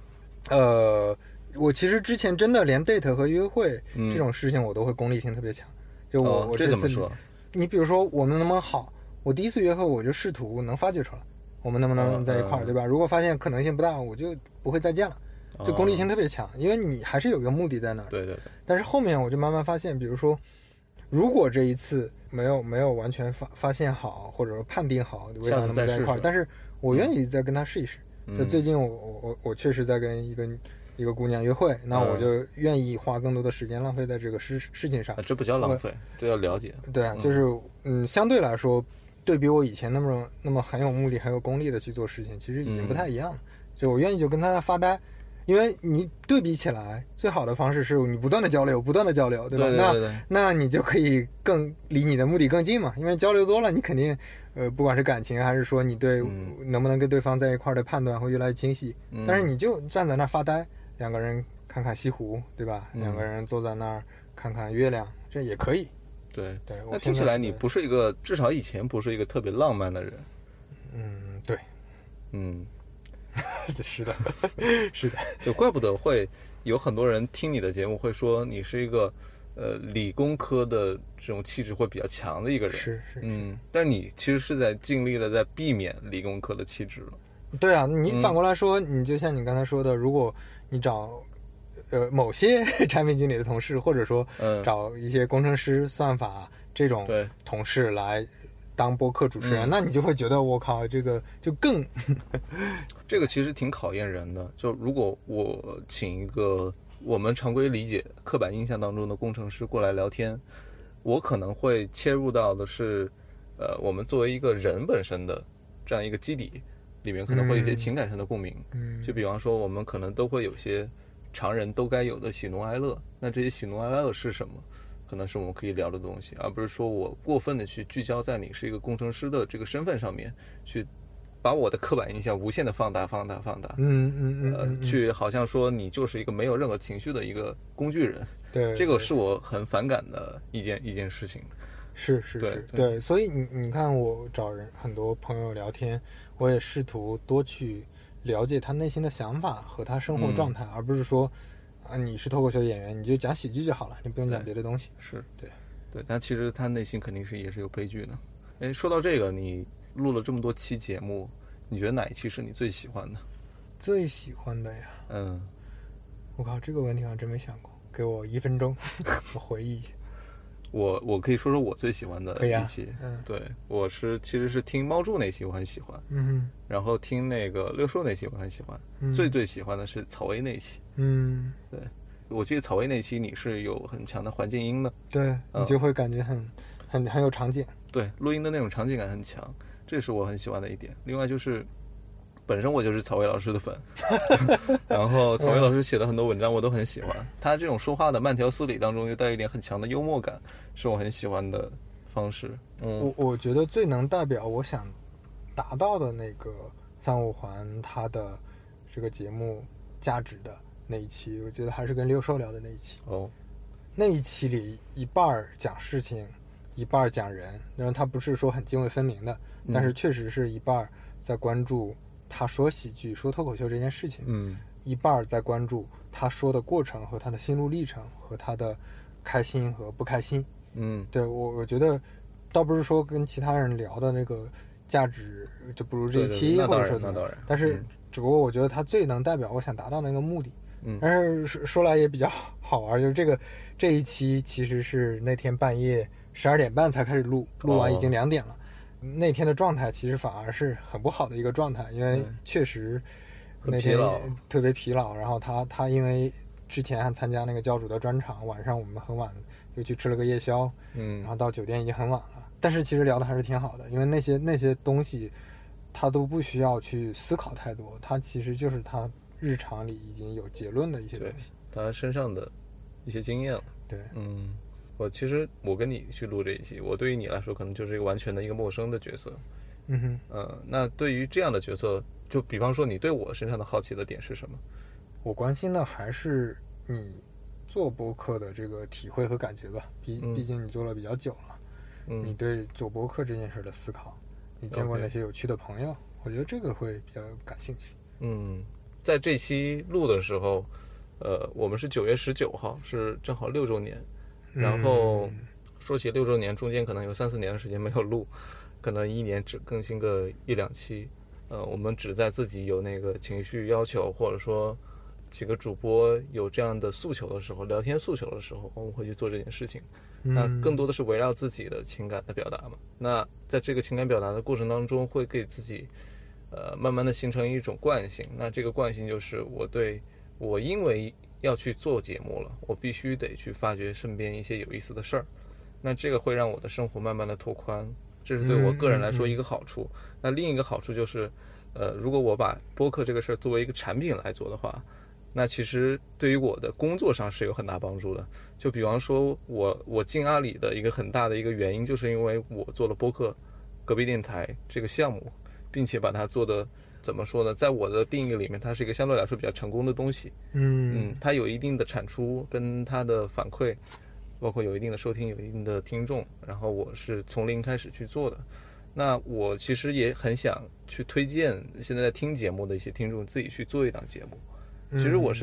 S3: 我其实之前真的连 date 和约会这种事情，我都会功利性特别强。就我
S2: 这怎么说？
S3: 你比如说我们能不能好？我第一次约会我就试图能发掘出来，我们能不能在一块儿，对吧？如果发现可能性不大，我就不会再见了。就功利性特别强，因为你还是有一个目的在那儿。
S2: 对。
S3: 但是后面我就慢慢发现，比如说，如果这一次没有完全发现好，或者说判定好为啥能不在一块儿，但是我愿意再跟他试一试。就最近我确实在跟一个姑娘约会，那我就愿意花更多的时间浪费在这个事情上。
S2: 这不叫浪费，这要了解。
S3: 对啊，就是相对来说，对比我以前那么很有目的、很有功利的去做事情，其实已经不太一样了。就我愿意就跟他发呆。因为你对比起来，最好的方式是你不断的交流，对吧？
S2: 对。
S3: 那你就可以更离你的目的更近嘛。因为交流多了，你肯定不管是感情还是说你对能不能跟对方在一块的判断会越来越清晰。但是你就站在那儿发呆，两个人看看西湖，对吧？两个人坐在那儿看看月亮，这也可以。
S2: 对。那听起来你不是一个，至少以前不是一个特别浪漫的人。
S3: 对。是的，
S2: 就怪不得会有很多人听你的节目会说你是一个理工科的这种气质会比较强的一个人。
S3: 是，
S2: 但你其实是在尽力的在避免理工科的气质了。
S3: 对啊，你反过来说，你就像你刚才说的，如果你找某些产品经理的同事，或者说找一些工程师、算法这种同事来当播客主持人，那你就会觉得我靠，这个就更
S2: 这个其实挺考验人的。就如果我请一个我们常规理解刻板印象当中的工程师过来聊天，我可能会切入到的是我们作为一个人本身的这样一个基底里面，可能会有一些情感上的共鸣。就比方说我们可能都会有些常人都该有的喜怒哀乐，那这些喜怒哀乐是什么，可能是我们可以聊的东西，而不是说我过分的去聚焦在你是一个工程师的这个身份上面，去把我的刻板印象无限的放大，去好像说你就是一个没有任何情绪的一个工具人。
S3: 对，
S2: 这个是我很反感的一件事情。
S3: 是，对，所以你看，我找很多朋友聊天，我也试图多去了解他内心的想法和他生活状态，而不是说你是脱口秀演员，你就讲喜剧就好了，你不用讲别的东西。
S2: 是，对，但其实他内心肯定也是有悲剧的。说到这个，你录了这么多期节目，你觉得哪一期是你最喜欢的？
S3: 最喜欢的呀？我靠，这个问题我还真没想过，给我1分钟，我回忆一下。
S2: 我可以说说我最喜欢的一期。对，我其实是听猫柱那期我很喜欢，然后听那个六兽那期我很喜欢，最喜欢的是草薇那期。对，我记得草薇那期你是有很强的环境音的，
S3: 对，你就会感觉很有场景，
S2: 对，录音的那种场景感很强，这是我很喜欢的一点。另外就是本身我就是草薇老师的粉，然后草薇老师写的很多文章我都很喜欢，他这种说话的慢条斯理当中又带一点很强的幽默感，是我很喜欢的方式。
S3: 我觉得最能代表我想达到的那个三五环他的这个节目价值的那一期，我觉得还是跟六兽聊的那一期。那一期里一半讲事情，一半讲人，然后他不是说很泾渭分明的，但是确实是一半在关注他说喜剧说脱口秀这件事情，一半在关注他说的过程和他的心路历程和他的开心和不开心。对，我觉得倒不是说跟其他人聊的那个价值就不如这一期，或者说怎么样，但是只不过我觉得他最能代表我想达到那个目的。但是说来也比较好玩，就是这一期其实是那天半夜12点半才开始录完已经2点了。那天的状态其实反而是很不好的一个状态，因为确实那天特别疲劳，然后他因为之前还参加那个教主的专场，晚上我们很晚又去吃了个夜宵，然后到酒店已经很晚了，但是其实聊的还是挺好的，因为那些东西他都不需要去思考太多，他其实就是他日常里已经有结论的一些东西，
S2: 他身上的一些经验了。
S3: 对，
S2: 其实我跟你去录这一期，我对于你来说可能就是一个完全的一个陌生的角色。那对于这样的角色，就比方说你对我身上的好奇的点是什么？
S3: 我关心的还是你做播客的这个体会和感觉吧，毕竟你做了比较久了，你对做播客这件事的思考，你见过哪些有趣的朋友，我觉得这个会比较感兴趣。
S2: 在这期录的时候，我们是9月19号，是正好6周年。然后说起6周年，中间可能有3-4年的时间没有录，可能1年只更新个1-2期。我们只在自己有那个情绪要求，或者说几个主播有这样的诉求的时候，聊天诉求的时候，我们会去做这件事情。那更多的是围绕自己的情感的表达嘛。那在这个情感表达的过程当中，会给自己慢慢的形成一种惯性。那这个惯性就是我因为要去做节目了，我必须得去发掘身边一些有意思的事儿，那这个会让我的生活慢慢的拓宽，这是对我个人来说一个好处。那另一个好处就是如果我把播客这个事儿作为一个产品来做的话，那其实对于我的工作上是有很大帮助的。就比方说我进阿里的一个很大的一个原因，就是因为我做了播客隔壁电台这个项目，并且把它做的怎么说呢，在我的定义里面，它是一个相对来说比较成功的东西。它有一定的产出跟它的反馈，包括有一定的收听，有一定的听众，然后我是从零开始去做的。那我其实也很想去推荐现在在听节目的一些听众自己去做一档节目。其实我是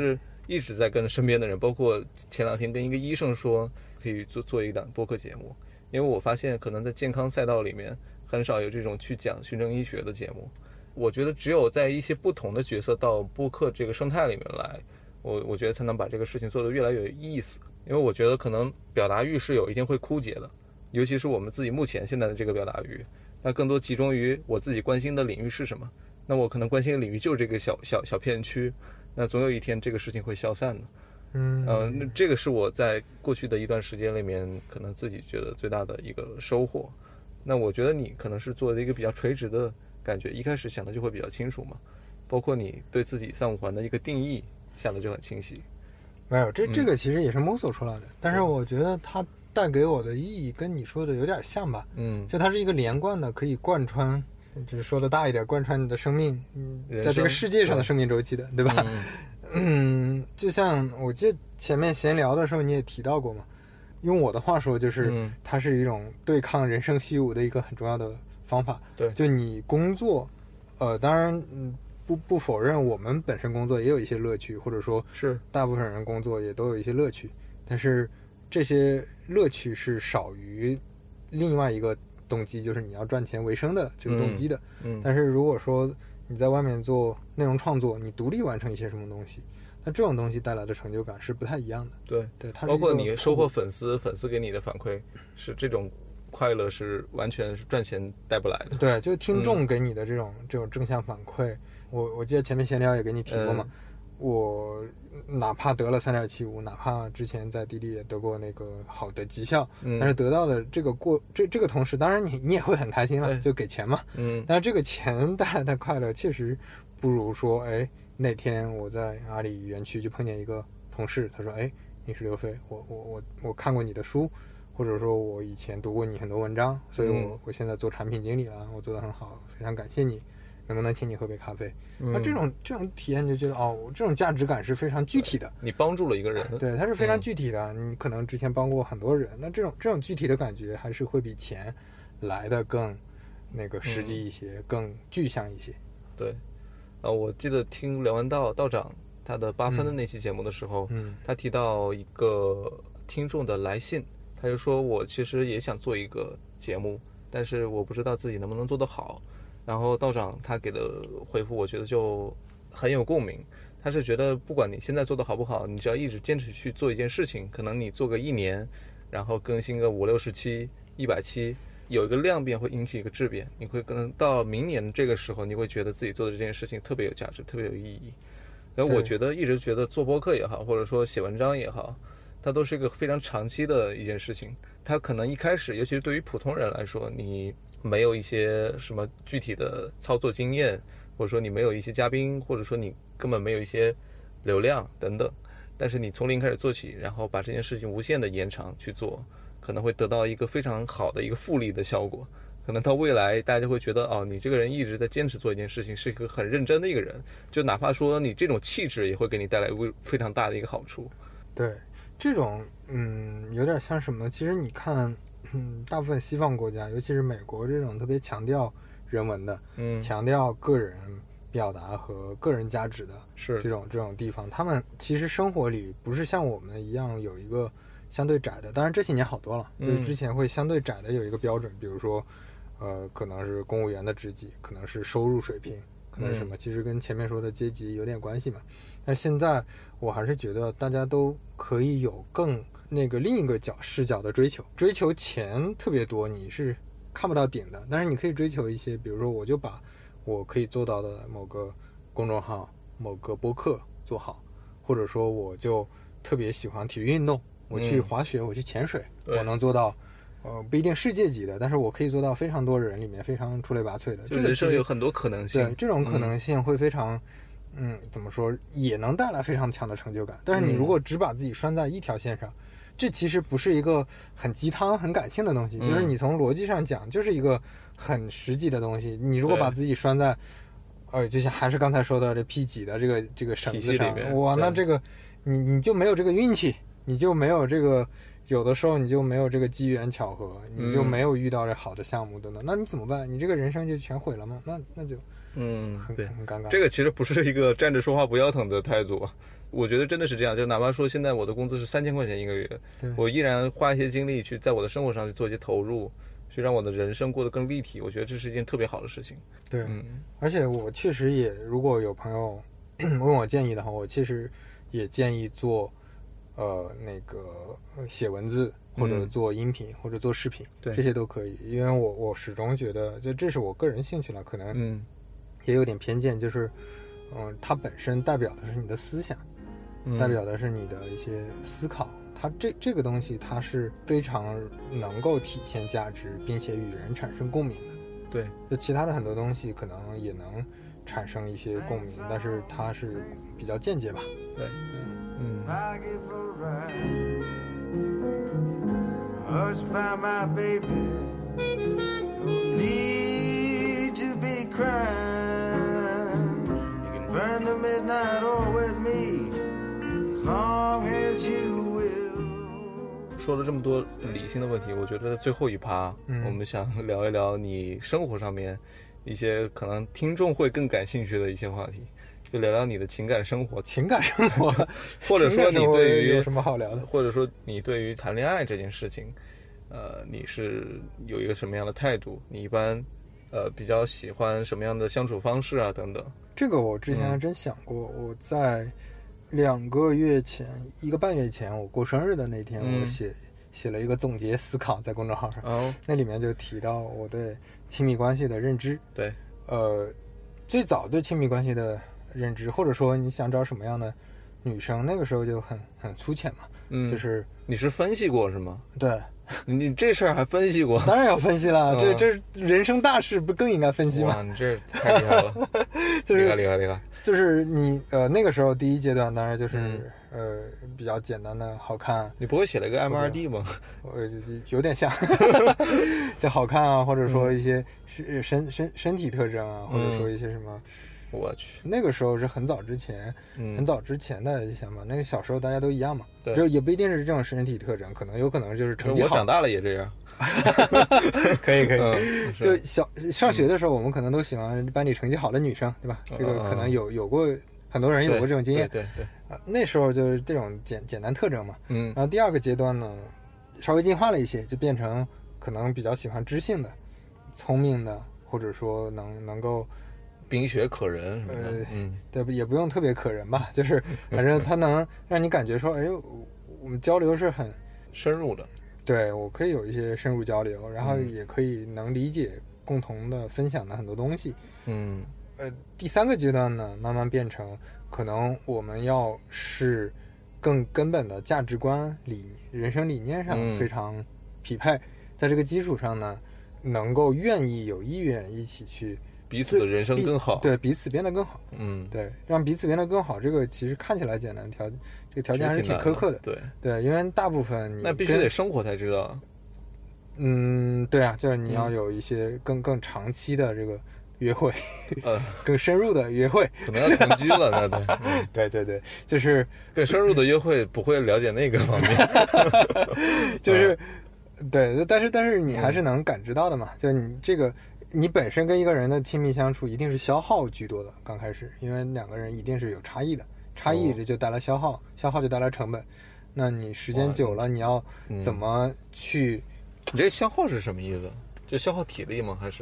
S2: 一直在跟身边的人，包括前2天跟一个医生说可以做一档播客节目，因为我发现可能在健康赛道里面很少有这种去讲循证医学的节目。我觉得只有在一些不同的角色到播客这个生态里面来，我觉得才能把这个事情做得越来越有意思。因为我觉得可能表达欲是有一天会枯竭的，尤其是我们自己目前现在的这个表达欲，那更多集中于我自己关心的领域是什么，那我可能关心的领域就是这个小片区，那总有一天这个事情会消散的。那这个是我在过去的一段时间里面可能自己觉得最大的一个收获。那我觉得你可能是做的一个比较垂直的感觉，一开始想的就会比较清楚嘛，包括你对自己3、5环的一个定义下的就很清晰。
S3: 没有，这个其实也是摸索出来的，但是我觉得它带给我的意义跟你说的有点像吧。就它是一个连贯的，可以贯穿，就是说的大一点，贯穿你的生命，在这个世界上的生命周期的，对吧？就像我记得前面闲聊的时候你也提到过嘛，用我的话说就是它是一种对抗人生虚无的一个很重要的方法。
S2: 对，
S3: 就你工作当然不否认我们本身工作也有一些乐趣，或者说
S2: 是
S3: 大部分人工作也都有一些乐趣，但是这些乐趣是少于另外一个动机，就是你要赚钱为生的这个动机的。但是如果说你在外面做内容创作，你独立完成一些什么东西，那这种东西带来的成就感是不太一样的。对，它是
S2: 包括你收获粉丝给你的反馈，是这种快乐是完全是赚钱带不来的。
S3: 对，就听众给你的这种正向反馈。我记得前面闲聊也给你提过嘛，我哪怕得了3.75，哪怕之前在滴滴也得过那个好的绩效，但是得到的这个这个同时，当然你也会很开心了，就给钱嘛。但是这个钱带来的快乐确实不如说，那天我在阿里园区就碰见一个同事，他说，你是刘飞，我看过你的书，或者说我以前读过你很多文章，所以我现在做产品经理了，我做得很好，非常感谢你，能不能请你喝杯咖啡？那这种体验就觉得这种价值感是非常具体的。
S2: 你帮助了一个人，
S3: 对，它是非常具体的。你可能之前帮过很多人，那这种具体的感觉还是会比钱来的更那个实际一些，更具象一些。
S2: 对，我记得听梁文道长他的8分的那期节目的时候，他提到一个听众的来信，他就说我其实也想做一个节目，但是我不知道自己能不能做得好。然后道长他给的回复我觉得就很有共鸣，他是觉得不管你现在做的好不好，你只要一直坚持去做一件事情，可能你做个1年，然后更新个50、60期、100期，有一个量变会引起一个质变，你会可能到明年这个时候，你会觉得自己做的这件事情特别有价值，特别有意义。然后我一直觉得做播客也好，或者说写文章也好，它都是一个非常长期的一件事情。它可能一开始，尤其是对于普通人来说，你没有一些什么具体的操作经验，或者说你没有一些嘉宾，或者说你根本没有一些流量等等，但是你从零开始做起，然后把这件事情无限的延长去做，可能会得到一个非常好的一个复利的效果。可能到未来大家就会觉得你这个人一直在坚持做一件事情，是一个很认真的一个人，就哪怕说你这种气质也会给你带来非常大的一个好处。
S3: 对，这种有点像什么，其实你看大部分西方国家，尤其是美国这种特别强调人文的，强调个人表达和个人价值的，是这种地方，他们其实生活里不是像我们一样有一个相对窄的，当然这些年好多了，就是之前会相对窄的有一个标准，比如说可能是公务员的职级，可能是收入水平，可能是什么，其实跟前面说的阶级有点关系嘛。但现在我还是觉得大家都可以有更那个另一个视角的追求钱特别多，你是看不到顶的，但是你可以追求一些，比如说我就把我可以做到的某个公众号、某个播客做好，或者说我就特别喜欢体育运动，我去滑雪，我去潜水，我能做到不一定世界级的，但是我可以做到非常多人里面非常出类拔萃的，
S2: 这个是有很多可能性。
S3: 对，这种可能性会非常怎么说，也能带来非常强的成就感。但是你如果只把自己拴在一条线上，这其实不是一个很鸡汤很感性的东西，就是你从逻辑上讲就是一个很实际的东西。你如果把自己拴在就像还是刚才说的这 P 几的这个绳子上，哇，那这个你就没有这个运气，你就没有这个有的时候你就没有这个机缘巧合，你就没有遇到这好的项目等等，那你怎么办？你这个人生就全毁了吗？那就
S2: 对，
S3: 很尴尬。
S2: 这个其实不是一个站着说话不腰疼的态度，我觉得真的是这样。就哪怕说现在我的工资是3000块钱一个月，我依然花一些精力去在我的生活上去做一些投入，去让我的人生过得更立体。我觉得这是一件特别好的事情。
S3: 对，而且我确实也，如果有朋友问我建议的话，我其实也建议做那个写文字，或者做音频，或者做视频，这些都可以。因为我始终觉得，就这是我个人兴趣了，可能也有点偏见，就是它本身代表的是你的思想，代表的是你的一些思考。它这个东西，它是非常能够体现价值，并且与人产生共鸣的。
S2: 对，
S3: 就其他的很多东西可能也能产生一些共鸣，但是它是比较间接吧。
S2: 对，
S1: Hush by my baby, no need to be crying. You can burn the midnight oil with me as long as you will.
S2: 说了这么多理性的问题，我觉得最后一趴，我们想聊一聊你生活上面一些可能听众会更感兴趣的一些话题。就聊聊你的情感生活，或者说你对于
S3: 有什么好聊的，
S2: 或者说你对于谈恋爱这件事情，你是有一个什么样的态度？你一般比较喜欢什么样的相处方式啊？等等。
S3: 这个我之前还真想过，我在2个月前，1个半月前，我过生日的那天，我写了一个总结思考在公众号上，那里面就提到我对亲密关系的认知。
S2: 对，
S3: 最早对亲密关系的认知，或者说你想找什么样的女生，那个时候就很粗浅嘛，就是
S2: 你是分析过是吗？
S3: 对，
S2: 你这事儿还分析过？
S3: 当然要分析了，这人生大事不更应该分析吗？
S2: 哇，你这太厉害了，
S3: 就是
S2: 厉害。
S3: 就是你那个时候第一阶段，当然就是比较简单的好看。
S2: 你不会写了个 MRD 吗？
S3: 有点像，就好看啊，或者说一些身体特征啊，或者说一些什么。
S2: 我去，
S3: 那个时候是很早之前的想法。那个小时候大家都一样嘛，
S2: 对，
S3: 就也不一定是这种身体特征，有可能就是成绩好。
S2: 我长大了也这样。
S3: 可以，就上学的时候，我们可能都喜欢班里成绩好的女生，对吧？这个可能有过很多人有过这种经验。
S2: 对，
S3: 那时候就是这种简单特征嘛。然后第二个阶段呢，稍微进化了一些，就变成可能比较喜欢知性的、聪明的，或者说能够。
S2: 冰雪可人什么
S3: 的，对，也不用特别可人吧，就是反正它能让你感觉说，哎，我们交流是很
S2: 深入的，
S3: 对，我可以有一些深入交流，然后也可以能理解共同的分享的很多东西。第3个阶段呢，慢慢变成可能我们要是更根本的价值观人生理念上非常匹配，在这个基础上呢，能够有意愿一起去。
S2: 彼此的人生更好，
S3: 对，彼此变得更好。对，让彼此变得更好，这个其实看起来简单，这个条件还是挺苛刻的。对，因为大部分
S2: 那必须得生活才知道。
S3: 对啊，就是你要有一些更长期的这个约会，更深入的约会，
S2: 可能要同居了，那
S3: 对，就是
S2: 更深入的约会不会了解那个方面，
S3: 就是对，但是你还是能感知到的嘛，就你这个。你本身跟一个人的亲密相处一定是消耗居多的，刚开始，因为2个人一定是有差异的，差异这就带来消耗，消耗就带来成本。那你时间久了，你要怎么去？
S2: 你这消耗是什么意思？就消耗体力吗？还是？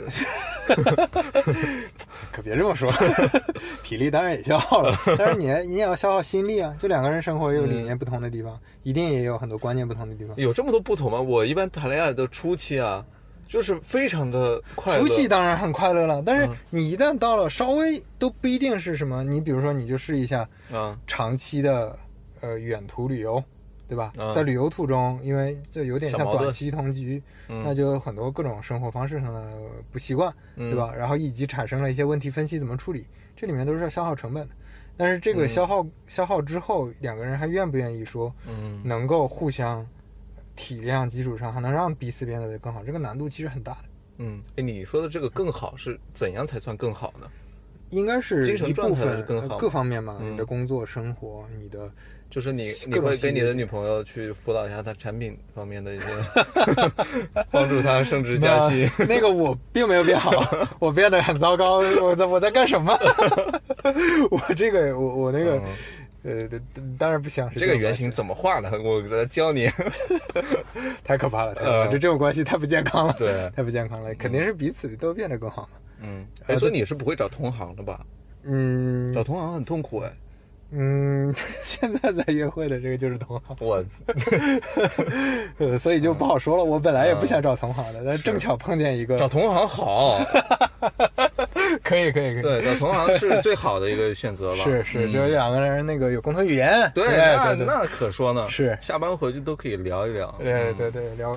S3: 可别这么说，体力当然也消耗了，但是你也要消耗心力啊。就2个人生活也有理念不同的地方，一定也有很多观念不同的地方。
S2: 有这么多不同吗？我一般谈恋爱的初期啊。就是非常的快乐，
S3: 初期当然很快乐了，但是你一旦到了稍微都不一定是什么，你比如说你就试一下长期的远途旅游，对吧？在旅游途中，因为就有点像短期同居，那就有很多各种生活方式上的不习惯，对吧？然后以及产生了一些问题分析怎么处理，这里面都是要消耗成本的。但是这个消耗之后，2个人还愿不愿意说能够互相体谅基础上还能让彼此变得更好，这个难度其实很大的。
S2: 你说的这个更好是怎样才算更好呢？
S3: 应该是
S2: 精神
S3: 一部分
S2: 更好
S3: 各方面嘛，你的工作生活，你的
S2: 就是你会跟你的女朋友去辅导一下她产品方面的一些帮助她升职加薪。
S3: 那个我并没有变好，我变得很糟糕。我在干什么？我那个。当然不想是
S2: 这个原型怎么画的，我来教你。
S3: 太可怕了，这种关系太不健康了，
S2: 对，
S3: 太不健康了，肯定是彼此都变得更好嘛。
S2: 所以你是不会找同行的吧？找同行很痛苦哎。
S3: 现在在约会的这个就是同行，
S2: 我，
S3: 所以就不好说了。我本来也不想找同行的，但正巧碰见一个。
S2: 找同行好，
S3: 可以。
S2: 对，找同行是最好的一个选择了。
S3: 是，就是两个人那个有共同语言。
S2: 对，那可说呢。
S3: 是，
S2: 下班回去都可以聊一聊。
S3: 对，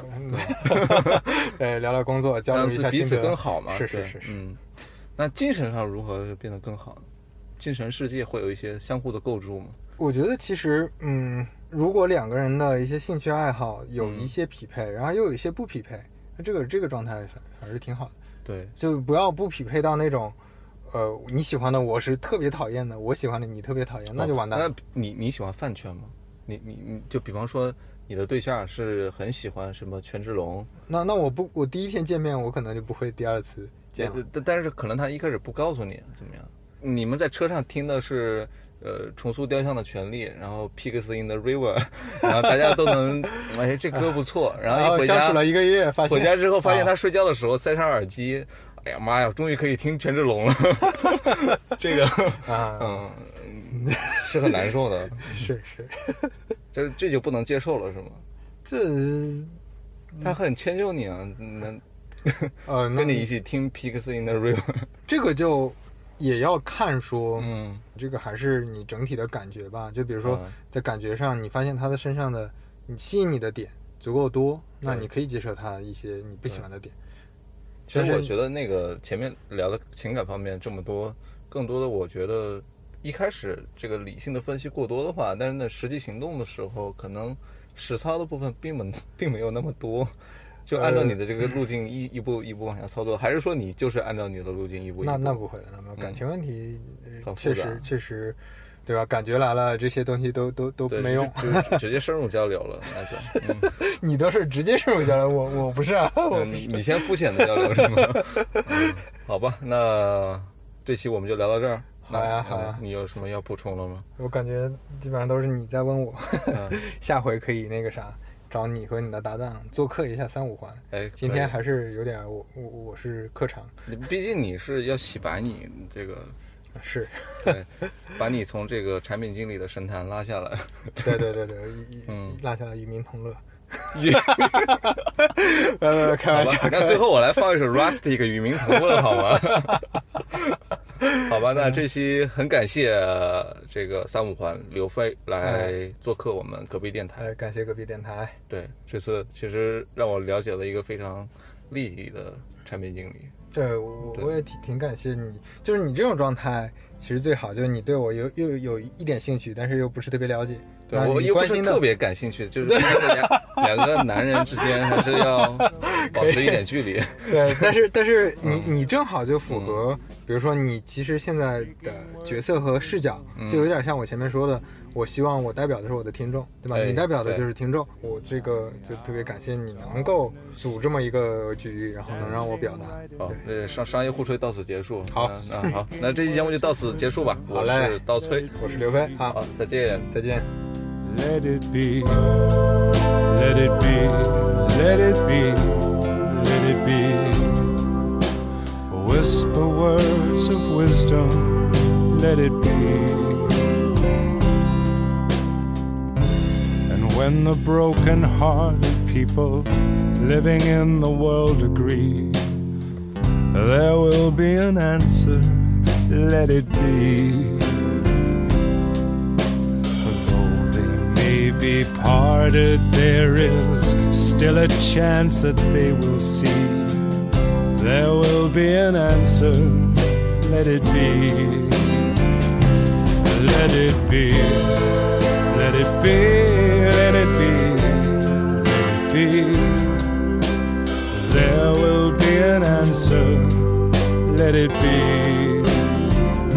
S3: 聊聊工作，交流一下
S2: 彼此更好嘛。
S3: 是。
S2: 那精神上如何变得更好呢？精神世界会有一些相互的构筑吗？
S3: 我觉得其实，如果两个人的一些兴趣爱好有一些匹配，然后又有一些不匹配，那这个状态反而是挺好的。
S2: 对，就
S3: 不要不匹配到那种，你喜欢的我是特别讨厌的，我喜欢的你特别讨厌，那就完蛋了。
S2: 那你喜欢饭圈吗？你就比方说你的对象是很喜欢什么权志龙，
S3: 那我第一天见面我可能就不会第二次见了。
S2: 但是可能他一开始不告诉你怎么样。你们在车上听的是重塑雕像的权利，然后 Pigs in the River， 然后大家都能这歌不错，然后一回家
S3: 相处了1个月，发现
S2: 回家之后发现他睡觉的时候塞上耳机，哎呀妈呀，终于可以听权志龙了。这个是很难受的。
S3: 是
S2: 这就不能接受了是吗？他很迁就你啊，跟你一起听 Pigs in the River，
S3: 这个就也要看说，这个还是你整体的感觉吧。就比如说，在感觉上，你发现他的身上的你吸引你的点足够多，那你可以接受他一些你不喜欢的点。
S2: 其实我觉得那个前面聊的情感方面这么多，更多的我觉得一开始这个理性的分析过多的话，但是呢，实际行动的时候，可能实操的部分并没有那么多。就按照你的这个路径一步一步往下操作，还是说你就是按照你的路径一步一步？
S3: 那不会的，那么感情问题确实，对吧？感觉来了，这些东西都没用，
S2: 就直接深入交流了，那就。
S3: 你都是直接深入交流，我不是啊，
S2: 你先肤浅的交流是吗？好吧，那这期我们就聊到这儿。
S3: 好呀，
S2: 你有什么要补充了吗？
S3: 我感觉基本上都是你在问我，下回可以那个啥。找你和你的搭档做客一下3-5环。今天还是有点我是客场，
S2: 毕竟你是要洗白你这个
S3: 是，
S2: 对，把你从这个产品经理的神坛拉下来。
S3: 对，拉下来与民同乐。开玩笑。
S2: 那最后我来放一首 Rustic 与民同乐好吗？好吧，那这期很感谢这个3-5环刘飞来做客我们隔壁电台。
S3: 感谢隔壁电台。
S2: 对，这次其实让我了解了一个非常利益的产品经理。
S3: 对，我也挺感谢你，就是你这种状态其实最好，就是你对我又有一点兴趣，但是又不是特别了解。
S2: 对，我又不是特别感兴趣，就是两个男人之间还是要保持一点距离。
S3: 对，但是你正好就符合，比如说你其实现在的角色和视角，就有点像我前面说的，我希望我代表的是我的听众，对吧？你代表的就是听众，我这个就特别感谢你能够组这么一个局，然后能让我表达。
S2: 好，商业互吹到此结束。
S3: 好，
S2: 好，那这期节目就到此结束吧。
S3: 好嘞，
S2: 我是刀崔，
S3: 我是刘飞，
S2: 好，再见。
S4: Let it be, let it be, let it be, let it be. Whisper words of wisdom, let it be. And when the broken-hearted people living in the world agree, there will be an answer, let it be.Be parted, there is still a chance that they will see. There will be an answer, let it be. Let it be, let it be, let it be, let it be. There will be an answer, let it be.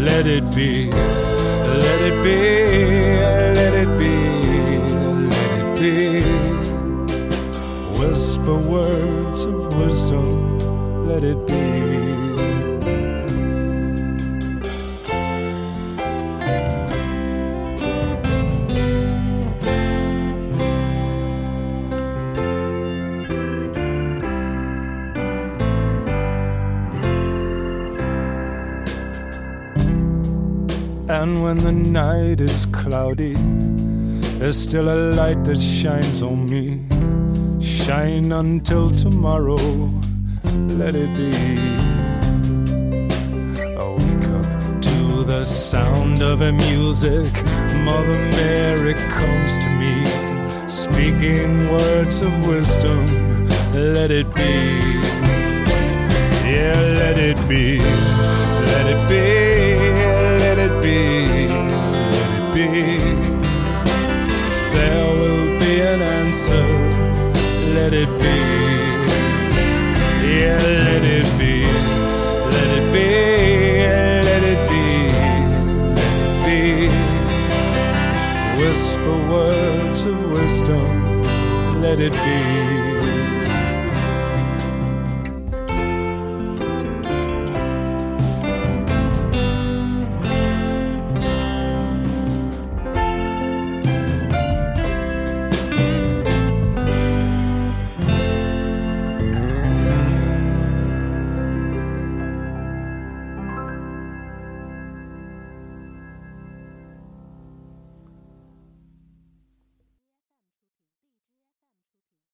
S4: let it be, let it be, let it be, let it be. Whisper words of wisdom, let it be. And when the night is cloudy, there's still a light that shines on me. Shine until tomorrow, let it be. I wake up to the sound of her music. Mother Mary comes to me, speaking words of wisdom, let it be. Yeah, let it be, let it be, let it be, let it be. There will be an answer, let it be. Yeah, let it be, let it be, let it be, let it be. Whisper words of wisdom, let it be.